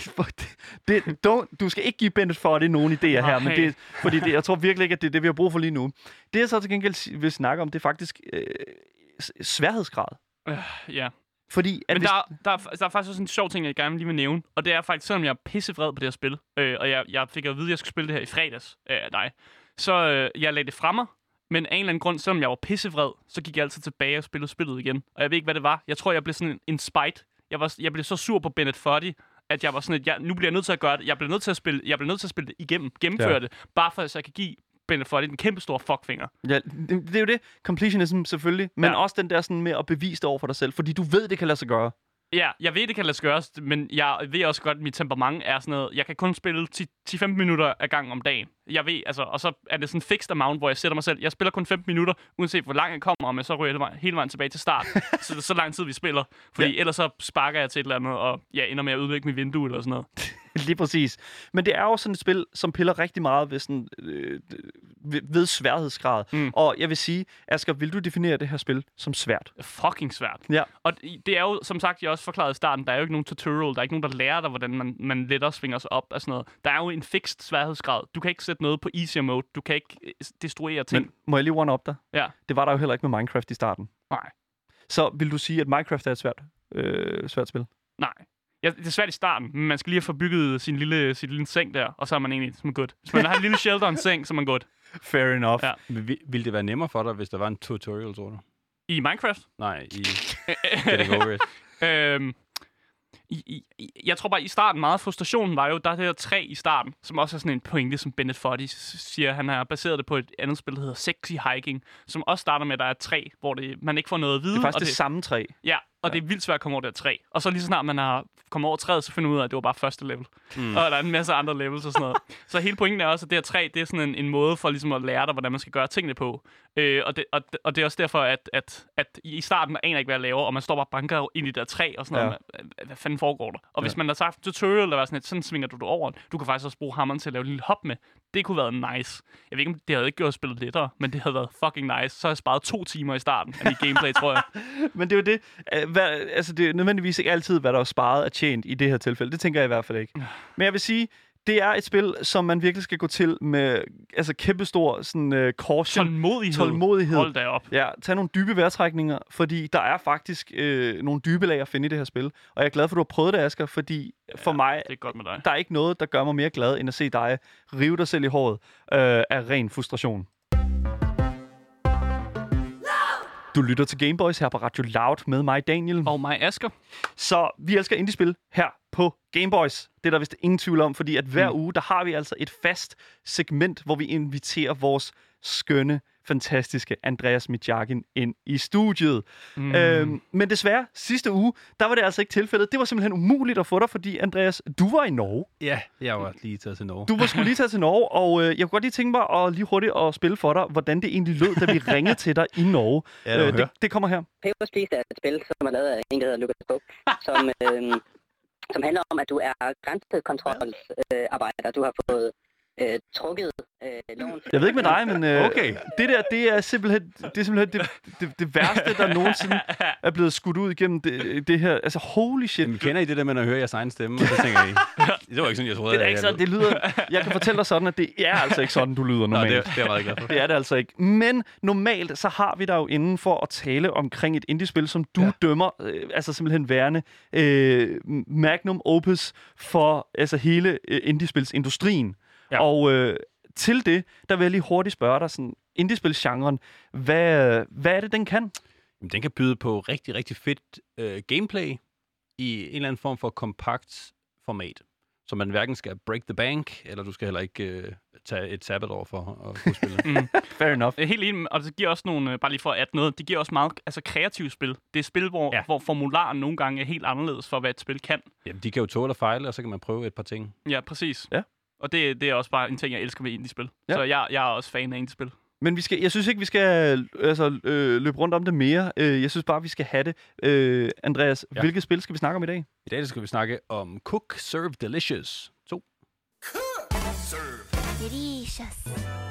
du skal ikke give Bennett for det nogen idéer her, men fordi jeg tror virkelig ikke, at det er det, vi har brug for lige nu. Det, jeg så til gengæld vil snakke om, det er faktisk sværhedsgrad. Ja. Fordi, at men der er faktisk også en sjov ting, jeg gerne lige vil nævne, og det er faktisk, selvom jeg er pissevred på det her spil, og jeg fik at vide, at jeg skulle spille det her i fredags af dig, så jeg lagde det fra mig, men af en eller anden grund, selvom jeg var pissevred, så gik jeg altid tilbage og spillede spillet igen. Og jeg ved ikke, hvad det var. Jeg tror, jeg blev sådan en spite. Jeg blev så sur på Bennett Foddy, at jeg var sådan, nu bliver jeg nødt til at gøre det. Jeg bliver nødt til at spille det igennem, gennemføre det, bare for at jeg kan give Bennett Foddy en kæmpe stor fuckfinger. Ja, det er jo det. Completionism selvfølgelig, men også den der sådan med at bevise det over for dig selv, fordi du ved, det kan lade sig gøre. Ja, jeg ved, det kan lade sig gøre, men jeg ved også godt, at mit temperament er sådan noget, jeg kan kun spille 10-15 minutter ad gang om dagen. Jeg ved, og så er det sådan en fixed amount, hvor jeg sætter mig selv, jeg spiller kun 15 minutter, uanset hvor langt jeg kommer, og så ryger jeg hele vejen tilbage til start. Så det er så lang tid, vi spiller. Fordi ellers så sparker jeg til et eller andet, og jeg ender med at udlægge mit vindue eller sådan noget. Lige præcis. Men det er jo sådan et spil, som piller rigtig meget ved, sådan, ved sværhedsgrad. Og jeg vil sige, Asger, vil du definere det her spil som svært? Fucking svært. Ja. Og det er jo, som sagt, jeg også forklarede i starten, der er jo ikke nogen tutorial, der er ikke nogen, der lærer dig, hvordan man lettere svinger sig op og sådan noget. Der er jo en fixed sværhedsgrad. Du kan ikke sætte noget på easier mode. Du kan ikke destruere ting. Men må jeg lige one-up dig? Ja. Det var der jo heller ikke med Minecraft i starten. Nej. Så vil du sige, at Minecraft er et svært spil? Nej. Ja, det er svært i starten, men man skal lige have forbygget sin lille seng der, og så er man egentlig som good. Hvis man har en lille shelter og en seng, så er man good. Fair enough. Ja. Vil det være nemmere for dig, hvis der var en tutorial, tror du? I Minecraft? Nej, i Getting Over It. Jeg tror bare, i starten, meget frustrationen var jo, der er det her træ i starten, som også er sådan en pointe, som Bennett Foddy siger. Han har baseret det på et andet spil, der hedder Sexy Hiking, som også starter med, at der er et træ, hvor man ikke får noget at vide. Det er faktisk det samme træ. Ja, og det er vildt svært at komme over det her træ. Og så lige så snart man har kommet over træet, så finder man ud af, at det var bare første level. Og der er en masse andre levels og sådan noget. Så hele pointen er også, at det her træ, det er sådan en måde for ligesom at lære dig, hvordan man skal gøre tingene på. Og det er også derfor, at i starten aner ikke, hvad jeg laver, og man står bare og banker ind i det der træ og sådan noget. Hvad fanden foregår der? Og hvis man har sagt tutorial, der var sådan svinger du over. Du kan faktisk også bruge hammeren til at lave et lille hop med. Det kunne have været nice. Jeg ved ikke, om det havde ikke gjort spillet lettere, men det havde været fucking nice. Så har jeg sparet 2 timer i starten af mit gameplay, tror jeg. Men det er jo det. Det er nødvendigvis ikke altid, hvad der er sparet og tjent i det her tilfælde. Det tænker jeg i hvert fald ikke. Men jeg vil sige, det er et spil, som man virkelig skal gå til med kæmpestor sådan, caution. Tålmodighed. Hold da op. Ja, tag nogle dybe vejrtrækninger, fordi der er faktisk nogle dybe lag at finde i det her spil. Og jeg er glad for, at du har prøvet det, Asger, fordi for mig, det er godt med dig. Der er ikke noget, der gør mig mere glad, end at se dig rive dig selv i håret af ren frustration. Du lytter til Gameboys her på Radio Loud med mig, Daniel. Og mig, Asger. Så vi elsker indie-spil her på Gameboys. Det er der vist ingen tvivl om, fordi at hver uge, der har vi altså et fast segment, hvor vi inviterer vores skønne, fantastiske Andreas Mijakin ind i studiet. Men desværre, sidste uge, der var det altså ikke tilfældet. Det var simpelthen umuligt at få dig, fordi Andreas, du var i Norge. Ja, jeg var lige taget til Norge. Du var sgu lige taget til Norge, og jeg kunne godt lige tænke mig at lige hurtigt at spille for dig, hvordan det egentlig lød, da vi ringede til dig i Norge. Ja, det kommer her. Papers, Please er et spil, som er lavet af en, der hedder Lucas Pope, som handler om, at du er grænsekontrolsarbejder. Du har fået trukket loven. Jeg ved ikke med dig, men okay. det er simpelthen det værste, der nogensinde er blevet skudt ud igennem det her. Altså, holy shit. Jamen, kender I det der med at høre jeres egen stemme, og så tænker I, det var ikke sådan, jeg troede. Det er ikke sådan, det lyder. Jeg kan fortælle dig sådan, at det er altså ikke sådan, du lyder normalt. Nå, det er jeg meget glad for. Det er det altså ikke. Men normalt, så har vi dig jo inden for at tale omkring et indie-spil, som du dømmer, altså simpelthen værende magnum opus for altså hele indie-spilsindustrien. Ja. Og til det, der vil jeg lige hurtigt spørge dig, sådan, indie-spilsgenren, hvad er det, den kan? Jamen, den kan byde på rigtig, rigtig fedt gameplay i en eller anden form for kompakt format. Så man hverken skal break the bank, eller du skal heller ikke tage et sabbatår for at kunne spille. Fair enough. Helt enig, og det giver også nogle, bare lige for at noget, det giver også meget kreativt spil. Det er spil, hvor formularen nogle gange er helt anderledes for, hvad et spil kan. Jamen, de kan jo tåle at fejle, og så kan man prøve et par ting. Ja, præcis. Ja. Og det er også bare en ting, jeg elsker ved indie-spil. Ja. Så jeg er også fan af indie-spil. Men jeg synes ikke, vi skal løbe rundt om det mere. Jeg synes bare, vi skal have det. Andreas, hvilket spil skal vi snakke om i dag? I dag skal vi snakke om Cook, Serve, Delicious 2. Cook, Serve, Delicious.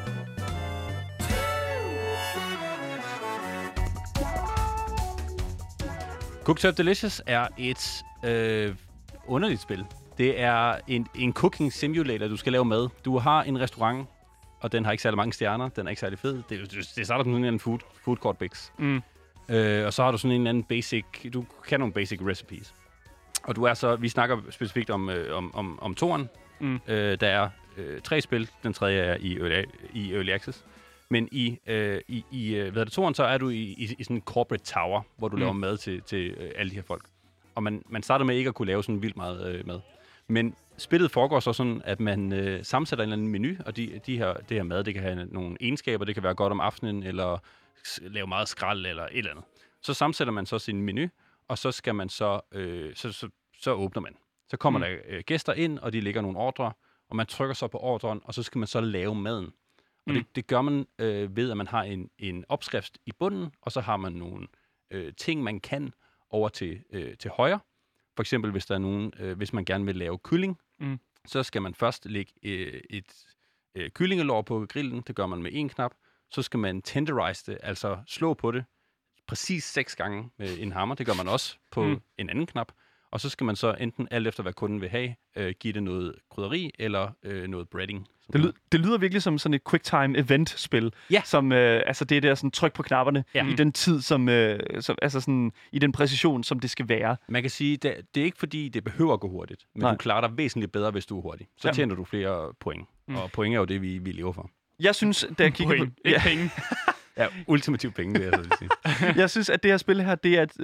Cook, Serve, Delicious er et underligt spil. Det er en cooking simulator, du skal lave mad. Du har en restaurant, og den har ikke særlig mange stjerner. Den er ikke særlig fed. Det starter som sådan en food court mix. Og så har du sådan en anden basic... Du kan nogle basic recipes. Og du er så... Vi snakker specifikt om toren. Der er 3 spil. Den tredje er i Early Access. Men i toren, så er du i sådan en corporate tower, hvor du laver mad til alle de her folk. Og man starter med ikke at kunne lave sådan vildt meget mad. Men spillet foregår så sådan, at man sammensætter en eller anden menu, og det her mad, det kan have nogle egenskaber. Det kan være godt om aftenen, eller lave meget skrald, eller et eller andet. Så sammensætter man så sin menu, og så skal man så åbner man. Så kommer der gæster ind, og de lægger nogle ordre, og man trykker så på ordren, og så skal man så lave maden. Og det gør man ved, at man har en opskrift i bunden, og så har man nogle ting, man kan over til højre. For eksempel, hvis der er nogen, hvis man gerne vil lave kylling, så skal man først lægge et kyllingelår på grillen. Det gør man med 1 knap. Så skal man tenderize det, altså slå på det præcis 6 gange med en hammer. Det gør man også på en anden knap. Og så skal man så enten alt efter, hvad kunden vil have, give det noget krydderi eller noget breading. Det lyder virkelig som sådan et quicktime event-spil. Ja. Som, altså det der sådan tryk på knapperne i den tid, som altså sådan i den præcision, som det skal være. Man kan sige, det er ikke fordi, det behøver at gå hurtigt, men du klarer dig væsentligt bedre, hvis du er hurtig. Så tjener du flere point. Og point er jo det, vi lever for. Jeg synes, da jeg kigger på... Ikke penge. Ja, ultimativ penge, det er så sige. Jeg synes, at det her spil her,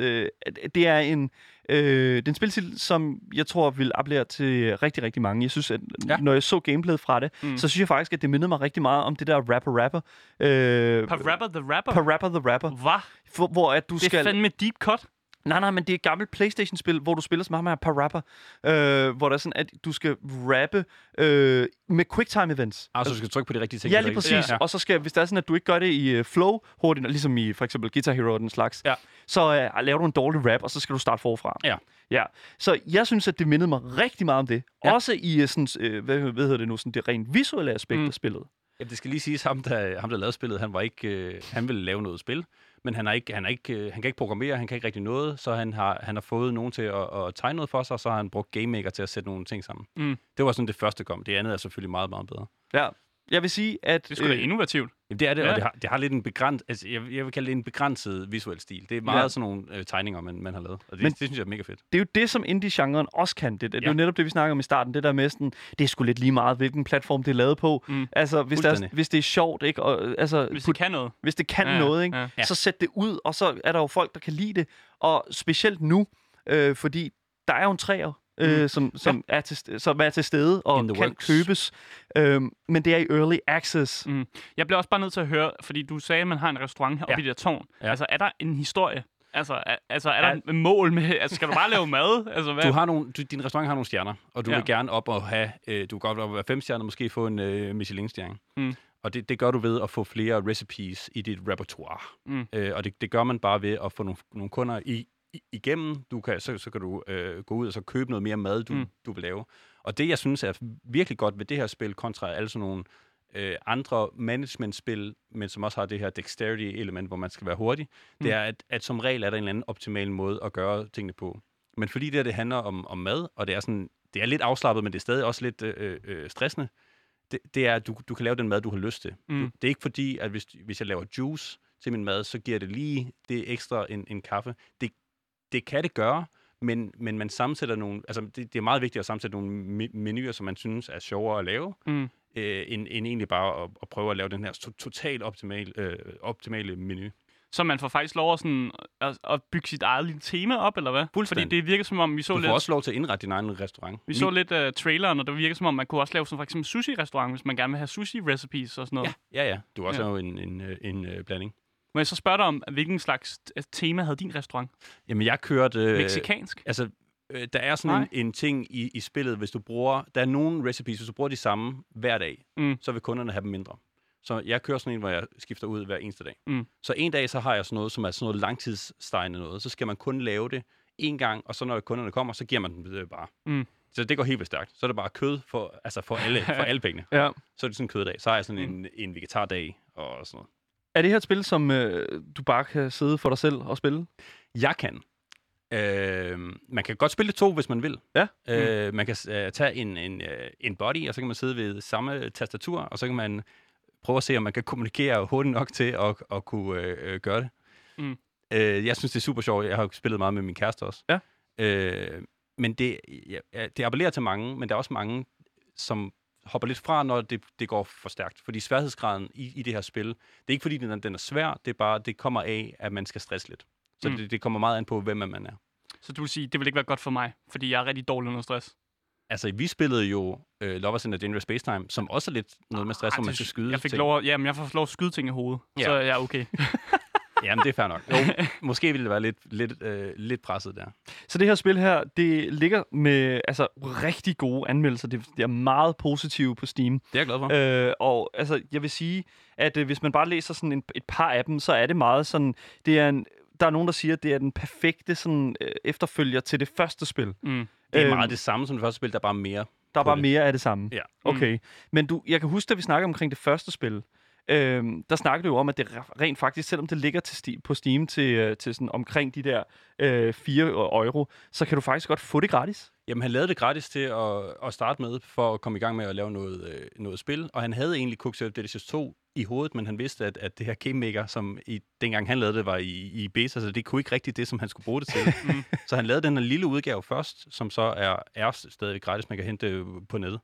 det er en spiltitel, som jeg tror vil appellere til rigtig, rigtig mange. Jeg synes, at når jeg så gameplayet fra det, så synes jeg faktisk, at det mindede mig rigtig meget om det der Rapper. Parappa the Rapper? Parappa the Rapper. Hvad? Hvor at du det er fandme deep cut. Nej, men det er et gammelt PlayStation-spil, hvor du spiller som ham her Parappa, hvor der er sådan, at du skal rappe med quicktime-events. Altså, du skal trykke på de rigtige ting. Ja, lige præcis. Ja. Og så skal, hvis det er sådan, at du ikke gør det i flow hurtigt, ligesom i for eksempel Guitar Hero og den slags, så laver du en dårlig rap, og så skal du starte forfra. Ja. Så jeg synes, at det mindede mig rigtig meget om det. Ja. Også i sådan, hvad hedder det nu, sådan det rent visuelle aspekt af spillet. Ja, det skal lige siges, ham der lavede spillet, han var ikke, han ville lave noget spil, men han kan ikke programmere, han kan ikke rigtig noget, så han har fået nogen til at tegne noget for sig, og så har han brugt Game Maker til at sætte nogle ting sammen. Det var sådan det første kom. Det andet er selvfølgelig meget, meget bedre. Ja. Jeg vil sige, at... Det skulle være innovativt. Jamen, det er det, og det har lidt en begrænset... Altså, jeg vil kalde det en begrænset visuel stil. Det er meget sådan nogle tegninger, man har lavet. Og det synes jeg er mega fedt. Det er jo det, som indie-genren også kan. Det er jo netop det, vi snakker om i starten. Det der med sådan, det er sgu lidt lige meget, hvilken platform det er lavet på. Altså, hvis det er sjovt, ikke? Og, altså, hvis det kan noget. Hvis det kan noget, ikke? Så sæt det ud, og så er der jo folk, der kan lide det. Og specielt nu, fordi der er jo en træer, som er til stede og kan købes. Men det er i early access. Jeg bliver også bare nødt til at høre, fordi du sagde, at man har en restaurant heroppe i det der tårn. Ja. Altså, er der en historie? Altså er der et mål med... Altså, skal du bare lave mad? Altså, hvad? Din restaurant har nogle stjerner, og du vil gerne op og have... du kan godt op og være 5 stjerner, måske få en Michelin-stjerne. Og det gør du ved at få flere recipes i dit repertoire. Og det gør man bare ved at få nogle kunder igennem. Så kan du gå ud og så købe noget mere mad, du vil lave. Og det, jeg synes er virkelig godt ved det her spil, kontra alle sådan nogle andre management-spil, men som også har det her dexterity-element, hvor man skal være hurtig, det er, at som regel er der en eller anden optimal måde at gøre tingene på. Men fordi det handler om mad, og det er lidt afslappet, men det er stadig også lidt stressende, det er, at du kan lave den mad, du har lyst til. Det er ikke fordi, at hvis jeg laver juice til min mad, så giver det lige det ekstra en kaffe. Det kan det gøre, men man sammensætter nogle... Altså, det er meget vigtigt at sammensætte nogle menuer, som man synes er sjovere at lave, end egentlig bare at prøve at lave den her totalt optimale menu. Så man får faktisk lov at bygge sit eget lille tema op, eller hvad? Fordi det virker som om, vi så lidt... Du får også lov til at indrette din egen restaurant. Vi så lidt traileren, og det virker som om, man kunne også lave sådan for eksempel sushi-restaurant, hvis man gerne vil have sushi-recipes og sådan noget. Ja. Du har også jo en blanding. Må jeg så spørge dig om, hvilken slags tema havde din restaurant? Jamen, jeg kørte... Mexikansk? Altså, der er sådan en ting i spillet, hvis du bruger... Der er nogle recipes, hvis du bruger de samme hver dag, så vil kunderne have dem mindre. Så jeg kører sådan en, hvor jeg skifter ud hver eneste dag. Så en dag, så har jeg sådan noget, som er sådan noget langtidsstejende noget. Så skal man kun lave det en gang, og så når kunderne kommer, så giver man dem bare. Så det går helt vildt stærkt. Så er det bare kød for alle pengene. Så er det sådan en køddag. Så har jeg sådan en vegetardag og sådan noget. Er det her et spil, som du bare kan sidde for dig selv og spille? Jeg kan. Man kan godt spille det 2, hvis man vil. Ja. Man kan tage en body, og så kan man sidde ved samme tastatur, og så kan man prøve at se, om man kan kommunikere hurtigt nok til at kunne gøre det. Jeg synes, det er super sjovt. Jeg har spillet meget med min kæreste også. Ja. Men det appellerer til mange, men der er også mange, som hopper lidt fra, når det går for stærkt. Fordi sværhedsgraden i det her spil, det er ikke fordi, den er svær, det er bare, det kommer af, at man skal stresse lidt. Så det kommer meget an på, hvem man er. Så du vil sige, det vil ikke være godt for mig, fordi jeg er rigtig dårlig under stress? Altså, vi spillede jo Lovers in a Dangerous Space-Time, som også er lidt noget med stress, hvor man skal skyde jeg får lov at skyde ting i hovedet, så jeg er okay. Jamen, det er fair nok. Jo, måske ville det være lidt presset der. Så det her spil her, det ligger med rigtig gode anmeldelser. Det er meget positive på Steam. Det er jeg glad for. Og jeg vil sige, at hvis man bare læser sådan et par af dem, så er det meget sådan... Der er nogen, der siger, at det er den perfekte sådan, efterfølger til det første spil. Det er meget det samme som det første spil, der er bare mere. Der er bare mere af det samme. Ja. Okay. Men jeg kan huske, da vi snakkede omkring det første spil, der snakker du jo om, at det rent faktisk, selvom det ligger på Steam til sådan omkring de der 4 euro, så kan du faktisk godt få det gratis. Jamen, han lavede det gratis til at starte med, for at komme i gang med at lave noget spil. Og han havde egentlig Cook Serve Delicious 2 i hovedet, men han vidste, at det her Game Maker, som dengang han lavede det, var i beta, så det kunne ikke rigtig det, som han skulle bruge det til. Så han lavede den her lille udgave først, som så er stadig gratis, man kan hente på nettet.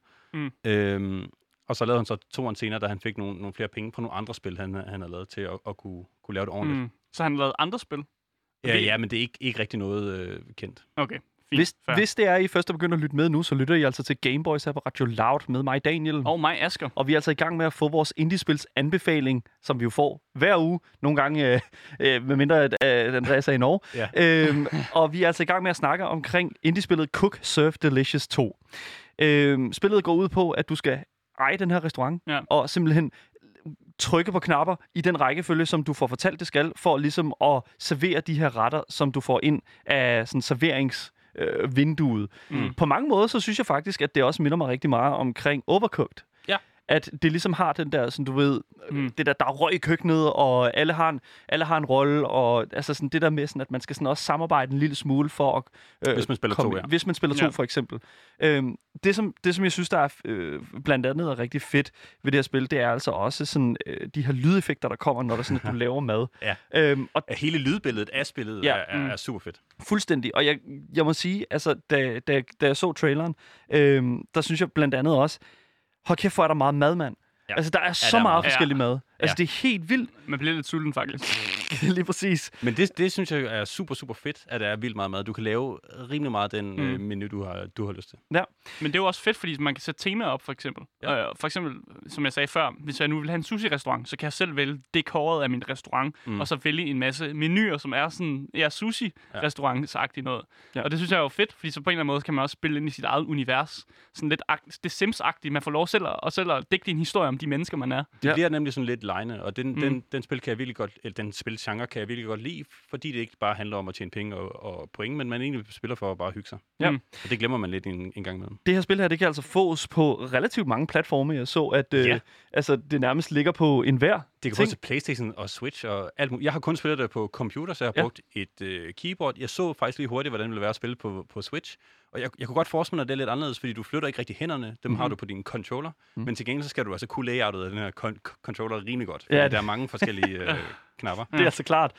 Og så lavede han så 2 år senere, da han fik nogle flere penge på nogle andre spil, han havde lavet til at kunne lave det ordentligt. Så han lavede andre spil? Ja, men det er ikke rigtig noget kendt. Okay. Hvis det er, I først er begyndt at lytte med nu, så lytter I altså til Gameboys her på Radio Loud med mig, Daniel. Og mig, Asger. Og vi er altså i gang med at få vores indiespils anbefaling, som vi jo får hver uge. Nogle gange, medmindre at Andreas er i Norge. Ja. Og vi er altså i gang med at snakke omkring indiespillet Cook Serve Delicious 2. Spillet går ud på, at du skal eje den her restaurant, og simpelthen trykke på knapper i den rækkefølge, som du får fortalt, det skal, for ligesom at servere de her retter, som du får ind af sådan serveringsvinduet. På mange måder, så synes jeg faktisk, at det også minder mig rigtig meget omkring Overcooked. Ja. At det ligesom har den der, sådan du ved, det der er røg i køkkenet, og alle har en rolle, og altså sådan det der med, sådan, at man skal sådan også samarbejde en lille smule for at hvis man spiller to, ja. Hvis man spiller to, for eksempel. Det, som jeg synes, der er blandt andet er rigtig fedt ved det her spil, det er altså også sådan de her lydeffekter, der kommer, når der sådan, at du laver mad. Ja. Og hele lydbilledet af spillet er super fedt. Fuldstændig. Og jeg må sige, altså, da jeg så traileren, der synes jeg blandt andet også, hold kæft, hvor er der meget mad, mand. Ja. Altså, der er så meget forskellig mad. Altså, det er helt vildt. Man bliver lidt sulten, faktisk. Lige præcis. Men det synes jeg er super, super fedt, at der er vildt meget mad. Du kan lave rimelig meget den menu, du har lyst til. Ja. Men det er jo også fedt, fordi man kan sætte temaer op, for eksempel. Ja. For eksempel, som jeg sagde før, hvis jeg nu vil have en sushi-restaurant, så kan jeg selv vælge dekoret af min restaurant, og så vælge en masse menuer, som er sådan, sushi-restaurant-agtigt noget. Ja. Og det synes jeg er jo fedt, fordi så på en eller anden måde kan man også spille ind i sit eget univers. Sådan lidt det Sims-agtigt. Man får lov selv at dække en historie om de mennesker, man er. Det bliver nemlig sådan lidt lejende, og den spil kan jeg virkelig godt, eller den spilgenre kan jeg virkelig godt lide, fordi det ikke bare handler om at tjene penge og point, men man egentlig spiller for at bare hygge sig. Ja. Og det glemmer man lidt en gang med. Det her spil her, det kan altså fås på relativt mange platforme. Jeg så, at altså, det nærmest ligger på enhver. Det kan fås til PlayStation og Switch og alt muligt. Jeg har kun spillet det på computer, så jeg har brugt et keyboard. Jeg så faktisk lige hurtigt, hvordan det ville være at spille på Switch. Og jeg kunne godt forestille mig, at det er lidt anderledes, fordi du flytter ikke rigtig hænderne. Dem har du på din controller. Men til gengæld så skal du altså kunne layoutet af den her controller rimelig godt. Ja, der er mange forskellige knapper. Det er altså klart.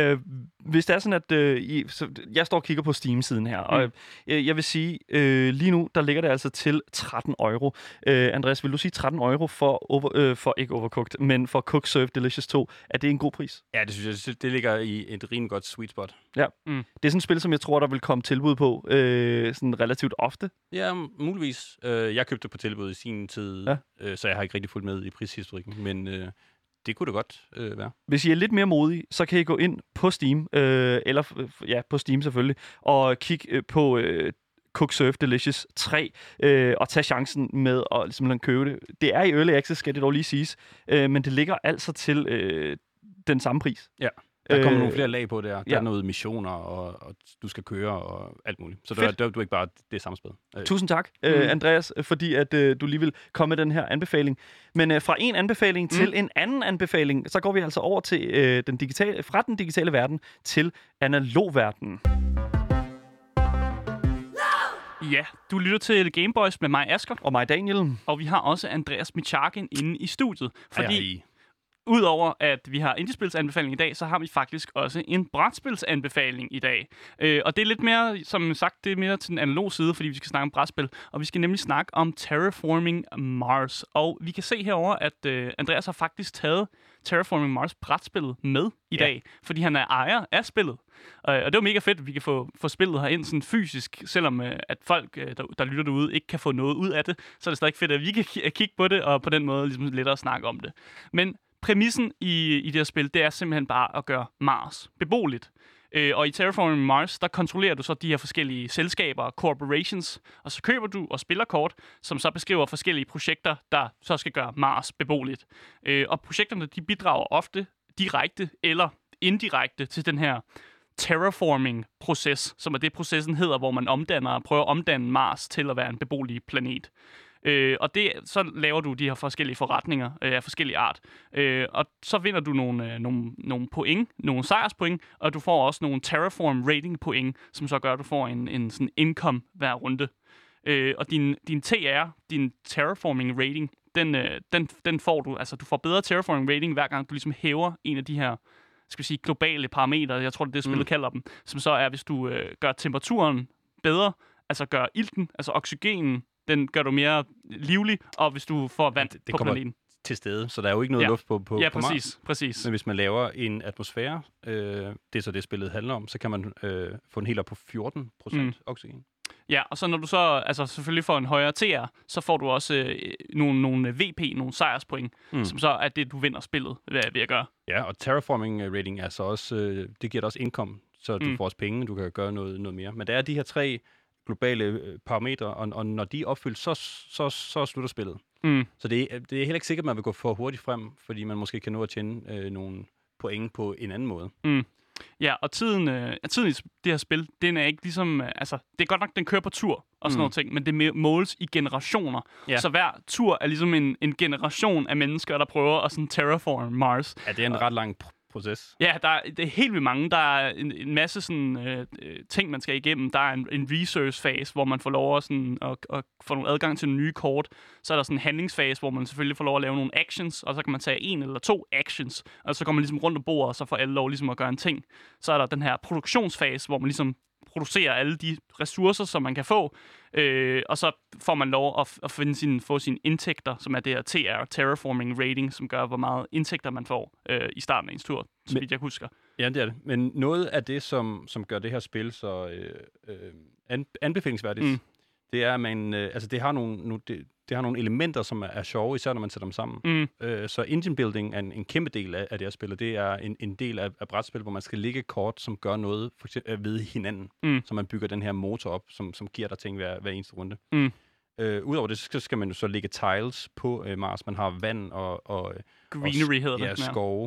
Hvis det er sådan, at jeg står og kigger på Steam-siden her, og jeg vil sige, lige nu, der ligger det altså til 13 euro. Andreas, vil du sige 13 euro for ikke Overcooked, men for Cook Serve Delicious 2? Er det en god pris? Ja, det synes jeg. Det ligger i et rimelig godt sweet spot. Ja. Det er sådan et spil, som jeg tror, der vil komme tilbud på sådan relativt ofte. Ja, muligvis. Jeg købte det på tilbud i sin tid, så jeg har ikke rigtig fulgt med i prishistorikken, men det kunne det godt være. Hvis I er lidt mere modige, så kan I gå ind på Steam, eller på Steam selvfølgelig, og kigge på Cook Serve Delicious 3, og tage chancen med at ligesom, købe det. Det er i Early Access, skal det dog lige siges, men det ligger altså til den samme pris. Ja. Der kommer nogle flere lag på der. Der er noget missioner, og du skal køre og alt muligt. Så du er ikke bare det samme spil. Tusind tak, Andreas, fordi at du lige vil komme med den her anbefaling. Men fra en anbefaling til en anden anbefaling, så går vi altså over til fra den digitale verden til analogverdenen. Ja, du lytter til Gameboys med mig, Asger. Og mig, Daniel. Og vi har også Andreas Micharkin inde i studiet. Fordi udover at vi har indiespilsanbefaling i dag, så har vi faktisk også en brætspilsanbefaling i dag. Og det er lidt mere, som sagt, det er mere til den analoge side, fordi vi skal snakke om brætspil. Og vi skal nemlig snakke om Terraforming Mars. Og vi kan se herover at Andreas har faktisk taget Terraforming Mars brætspillet med i dag, fordi han er ejer af spillet. Og det var mega fedt, at vi kan få spillet herind sådan fysisk, selvom at folk, der lytter derude, ikke kan få noget ud af det, så er det stadig fedt, at vi kan kigge på det, og på den måde ligesom lettere snakke om det. Men præmissen i det her spil, det er simpelthen bare at gøre Mars beboeligt. Og i Terraforming Mars, der kontrollerer du så de her forskellige selskaber, corporations, og så køber du og spiller kort, som så beskriver forskellige projekter, der så skal gøre Mars beboeligt. Og projekterne, de bidrager ofte direkte eller indirekte til den her terraforming-proces, som er det, processen hedder, hvor man prøver at omdanne Mars til at være en beboelig planet. Og så laver du de her forskellige forretninger af forskellige art. Og så vinder du nogle point, nogle sejrspoint, og du får også nogle Terraform rating point, som så gør, at du får en sådan income hver runde. Og din TR, din Terraforming rating, den får du, altså du får bedre Terraforming rating, hver gang du ligesom hæver en af de her, skal vi sige, globale parametre, jeg tror, det er det, spillet kalder dem, som så er, hvis du gør temperaturen bedre, altså gør ilten, altså oxygenen, den gør du mere livlig, og hvis du får vand på planeten. Til stede, så der er jo ikke noget luft på præcis. Men hvis man laver en atmosfære, det er så det, spillet handler om, så kan man få en helt op på 14% oxygen. Ja, og så når du så altså selvfølgelig får en højere TR, så får du også nogle VP, nogle sejrspoint, som så er det, du vinder spillet ved at gøre. Ja, og terraforming rating er så også, det giver dig også income, så du får også penge, du kan gøre noget mere. Men der er de her 3 globale parametre, og når de er opfyldt, så slutter spillet. Så det er heller ikke sikkert, at man vil gå for hurtigt frem, fordi man måske kan nå at tjene nogle point på en anden måde. Ja, og tiden i det her spil, den er ikke ligesom, altså, det er godt nok, den kører på tur og sådan noget ting, men det måles i generationer. Ja. Så hver tur er ligesom en generation af mennesker, der prøver at sådan terraform Mars. Ja, det er en ret lang proces. Ja, det er helt vildt mange. Der er en masse sådan, ting, man skal igennem. Der er en research-fase, hvor man får lov at få nogle adgang til nye kort. Så er der sådan en handlingsfase, hvor man selvfølgelig får lov at lave nogle actions, og så kan man tage 1 eller 2 actions, og så kommer man ligesom rundt om bordet, og så får alle lov ligesom at gøre en ting. Så er der den her produktionsfase, hvor man ligesom producerer alle de ressourcer, som man kan få, og så får man lov at få sine indtægter, som er det her TR, Terraforming Rating, som gør, hvor meget indtægter man får i starten af ens tur, så vidt jeg husker. Ja, det er det. Men noget af det, som gør det her spil så anbefalingsværdigt, det er, at man, altså det har nogle elementer, som er sjove, især når man sætter dem sammen. Så engine building er en kæmpe del af det her spil, og det er en del af brætspil, hvor man skal lægge kort, som gør noget for eksempel, ved hinanden. Så man bygger den her motor op, som giver dig ting hver eneste runde. Udover det, så skal man jo så lægge tiles på Mars. Man har vand og greenery hedder det. Ja, skove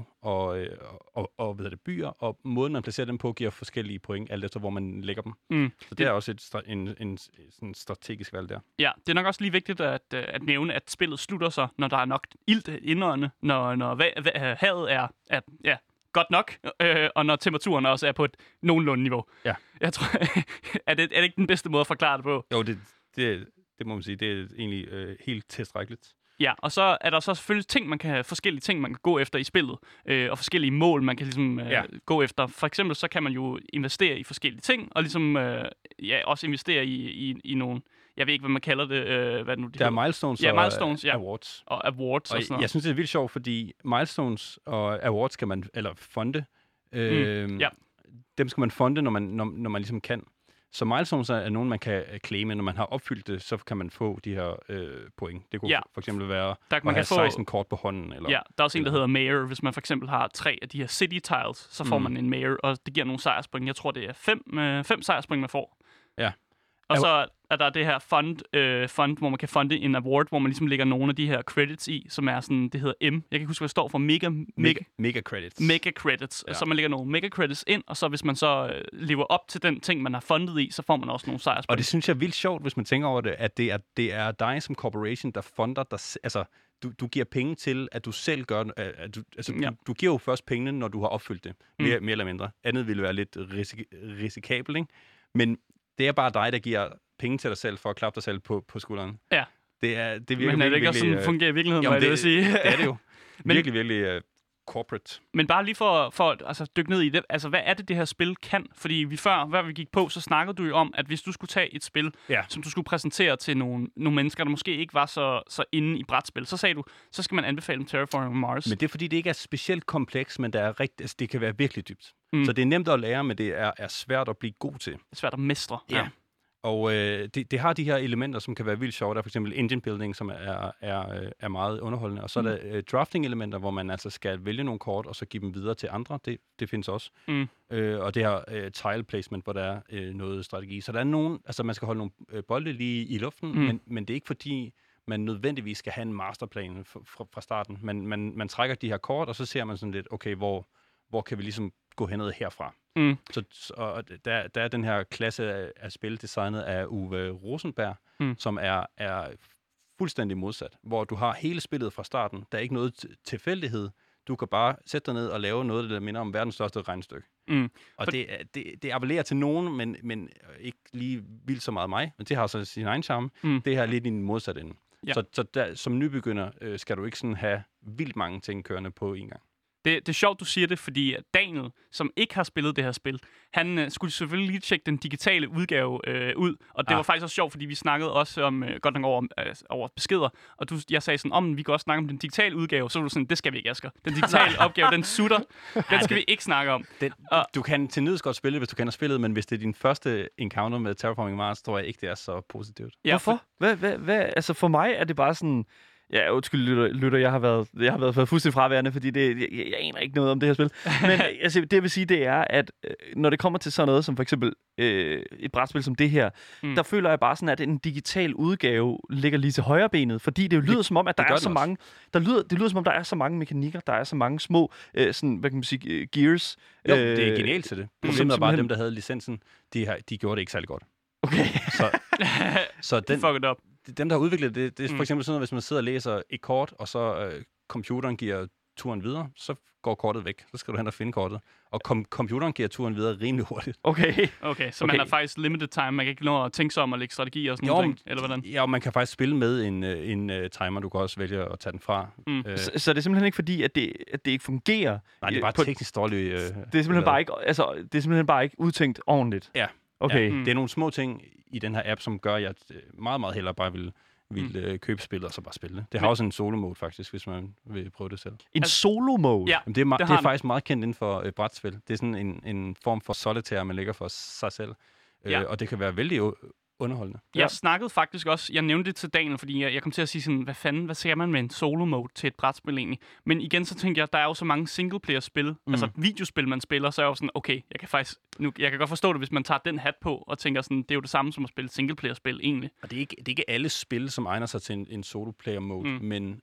og byer, og måden man placerer dem på giver forskellige point, alt efter hvor man lægger dem. Så det er også en strategisk valg der. Ja, det er nok også lige vigtigt at nævne, at spillet slutter sig, når der er nok ilt indånde, når havet er godt nok, og når temperaturen også er på et nogenlunde niveau. Ja. Jeg tror, er det ikke den bedste måde at forklare det på? Jo, det må man sige. Det er egentlig helt tilstrækkeligt. Ja, og så er der så selvfølgelig forskellige ting, man kan gå efter i spillet, og forskellige mål, man kan ligesom gå efter. For eksempel så kan man jo investere i forskellige ting, og ligesom også investere i nogle, jeg ved ikke, hvad man kalder det, hvad nu det der er milestones og awards. Og awards og sådan noget. Jeg synes, det er vildt sjovt, fordi milestones og awards kan man, eller fonde, dem skal man fonde, når man ligesom kan. Så milestones er nogen, man kan claime. Når man har opfyldt det, så kan man få de her point. Det kunne for eksempel være at have 16 kort på hånden. Eller, der er også en, der hedder Mayor. Hvis man for eksempel har 3 af de her city tiles, så får man en Mayor, og det giver nogle sejrspoint. Jeg tror, det er 5 sejrspoint, man får. Ja. Og så er der det her fund, hvor man kan funde en award, hvor man ligesom lægger nogle af de her credits i, som er sådan, det hedder M. Jeg kan ikke huske, hvad det står for. Mega credits. Mega credits. Ja. Så man lægger nogle mega credits ind, og så hvis man så lever op til den ting, man har fundet i, så får man også nogle sejrspoint. Og det synes jeg er vildt sjovt, hvis man tænker over det, at det er dig som corporation, der funder dig. Altså, du giver penge til, at du selv gør... Du giver jo først pengene, når du har opfyldt det. Mere eller mindre. Andet ville være lidt risikabelt, ikke? Men det er bare dig, der giver penge til dig selv, for at klappe dig selv på skulderen. Ja. Det virker men er det ikke også sådan, fungerer i virkeligheden, jo, det vil sige? Det er det jo. Virkelig corporate. Men bare lige for at dykke ned i det, altså hvad er det her spil kan? Fordi hver vi gik på, så snakkede du jo om, at hvis du skulle tage et spil, som du skulle præsentere til nogle mennesker, der måske ikke var så inde i brætspil, så sagde du, så skal man anbefale dem Terraforming Mars. Men det er fordi, det ikke er specielt kompleks, men det kan være virkelig dybt. Så det er nemt at lære, men det er svært at blive god til. Det er svært at mestre. Ja. Og det har de her elementer, som kan være vildt sjove. Der er for eksempel engine building, som er meget underholdende. Og så er der drafting-elementer, hvor man altså skal vælge nogle kort, og så give dem videre til andre. Det findes også. Og det her tile placement, hvor der er noget strategi. Så der er nogen, altså man skal holde nogle bolde lige i luften, men det er ikke fordi, man nødvendigvis skal have en masterplan fra starten. Man trækker de her kort, og så ser man sådan lidt, okay, hvor kan vi ligesom gå henad herfra? Så der er den her klasse af spil designet af Uwe Rosenberg, som er fuldstændig modsat, hvor du har hele spillet fra starten. Der er ikke noget tilfældighed. Du kan bare sætte dig ned og lave noget, der minder om verdens største regnestykke. Og det appellerer til nogen, men ikke lige vildt så meget mig. Men det har så sin egen charme. Det her er lidt i en modsat ende. Ja. Så der, som nybegynder skal du ikke sådan have vildt mange ting kørende på en gang. Det er sjovt, du siger det, fordi Daniel, som ikke har spillet det her spil, han skulle selvfølgelig lige tjekke den digitale udgave ud. Og det var faktisk også sjovt, fordi vi snakkede også om, godt nok over beskeder. Og jeg sagde sådan, om vi kan også snakke om den digitale udgave. Så var du sådan, det skal vi ikke, Asger. Den digitale opgave, den sutter. Den skal vi ikke snakke om. Du kan til nøds godt spille, hvis du kender spillet, men hvis det er din første encounter med Terraforming Mars, tror jeg ikke, det er så positivt. Ja, hvorfor? Hvad? Altså for mig er det bare sådan... Ja, undskyld, lytter, jeg har været fuldstændig fraværende, fordi jeg aner ikke noget om det her spil. Men altså, det jeg vil sige, det er, at når det kommer til sådan noget, som for eksempel et brætspil som det her, der føler jeg bare sådan, at en digital udgave ligger lige til højre benet, fordi det lyder som om, at der er så mange... Det lyder som om, der er så mange mekanikker, der er så mange små, sådan, hvad kan man sige, gears. Jo, det er genialt til det. Problemet er bare, dem, der havde licensen, de gjorde det ikke særlig godt. Okay. Så den... Fuck it up. Dem, der har udviklet det er for eksempel sådan noget, hvis man sidder og læser et kort, og så computeren giver turen videre, så går kortet væk. Så skal du hen og finde kortet. Og computeren giver turen videre rimelig hurtigt. Okay, så man har faktisk limited time. Man kan ikke nå at tænke sig om at lægge strategi og sådan noget, eller hvordan? Ja, og man kan faktisk spille med en timer. Du kan også vælge at tage den fra. Så det er simpelthen ikke fordi, at det ikke fungerer? Nej, det er bare teknisk dårligt. Det er simpelthen bare ikke udtænkt ordentligt? Ja. Okay. Ja. Det er nogle små ting i den her app, som gør, at jeg meget, meget hellere bare vil købe spillet og så bare spille det. Det har også en solo-mode faktisk, hvis man vil prøve det selv. En solo-mode? Ja, det er faktisk meget kendt inden for brætspil. Det er sådan en form for solitaire, man lægger for sig selv. Og det kan være vældig underholdende. Jeg snakkede faktisk også, jeg nævnte det til Daniel, fordi jeg kom til at sige sådan, hvad ser man med en solo-mode til et brætspil egentlig? Men igen, så tænkte jeg, der er jo så mange single-player-spil, altså videospil, man spiller, så er jeg jo sådan, okay, jeg kan godt forstå det, hvis man tager den hat på og tænker sådan, det er jo det samme som at spille single-player-spil egentlig. Og det er ikke alle spil, som egner sig til en solo-player-mode, men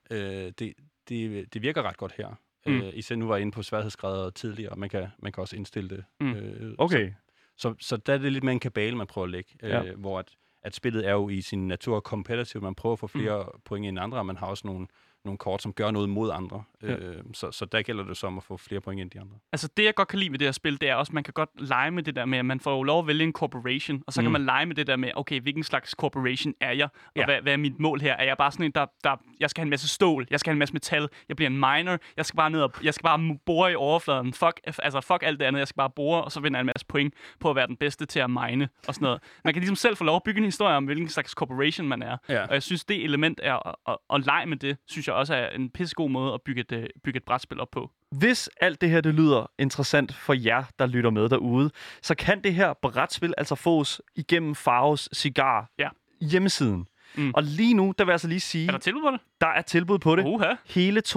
det virker ret godt her. Især nu var jeg inde på sværhedsgrader tidligere, og man kan også indstille det. Okay. Så der er det lidt mere en kabale, man prøver at lægge, hvor at spillet er jo i sin natur competitive. Man prøver at få flere point end andre, og man har også nogle kort, som gør noget mod andre. Så der gælder det så om at få flere point end de andre. Altså det, jeg godt kan lide ved det her spil, det er også, at man kan godt lege med det der med, at man får jo lov at vælge en corporation, og så kan man lege med det der med, okay, hvilken slags corporation er jeg, og hvad er mit mål her? Er jeg bare sådan en, jeg skal have en masse stål, jeg skal have en masse metal, jeg bliver en miner, jeg skal bare ned og, jeg skal bare bore i overfladen, fuck alt det andet, jeg skal bare bore, og så vinder jeg en masse point på at være den bedste til at mine, og sådan noget. Man kan ligesom selv få lov at bygge en historie om, hvilken slags corporation man er. Ja. Og jeg synes, det element er at lege med det, synes jeg også er en pissegod måde at bygge et brætspil op på. Hvis alt det her det lyder interessant for jer, der lytter med derude, så kan det her brætspil altså fås igennem Faros Cigar hjemmesiden. Og lige nu, der vil jeg altså lige sige... Er der tilbud på det? Der er tilbud på det. Hele 32%.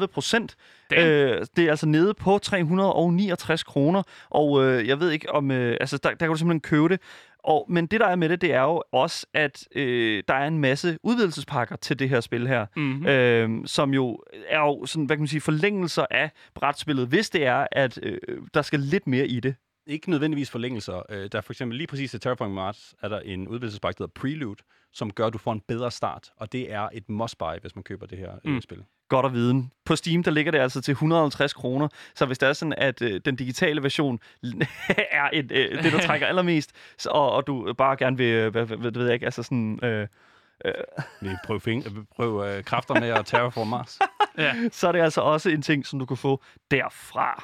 Det er altså nede på 369 kroner. Og jeg ved ikke om... der kan du simpelthen købe det. Men det, der er med det er jo også, at der er en masse udvidelsespakker til det her spil her, som jo er jo sådan, hvad kan man sige, forlængelser af brætspillet, hvis det er, at der skal lidt mere i det. Ikke nødvendigvis forlængelser. Der er for eksempel lige præcis til Terraforming Mars, er der en udvidelsespakke, der hedder Prelude, som gør, at du får en bedre start. Og det er et must-buy, hvis man køber det her spil. Godt at vide. På Steam, der ligger det altså til 150 kroner. Så hvis det er sådan, at den digitale version er det, der trækker allermest, og du bare gerne vil, ved jeg ikke, altså sådan... Vi prøve kræfter med at Terraforming Mars. Så er det altså også en ting, som du kan få derfra.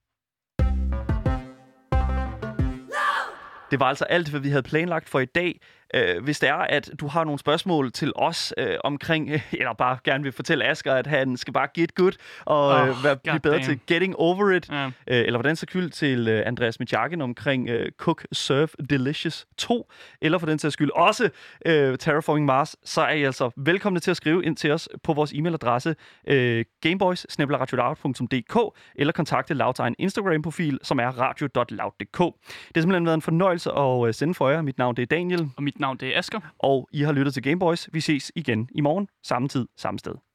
Det var altså alt, hvad vi havde planlagt for i dag. Hvis det er, at du har nogle spørgsmål til os omkring, eller bare gerne vil fortælle Asger, at han skal bare get good og blive bedre til getting over it, eller for den sags skyld til Andreas Michakin omkring Cook, Serve, Delicious 2, eller for den sags skyld også Terraforming Mars, så er I altså velkomne til at skrive ind til os på vores e-mailadresse gameboys@radioloud.dk eller kontakte Louds egen Instagram-profil, som er radio.loud.dk. Det har simpelthen været en fornøjelse at sende for jer. Mit navn det er Daniel. Og mit navn det er Asger. Og I har lyttet til Gameboys. Vi ses igen i morgen. Samme tid, samme sted.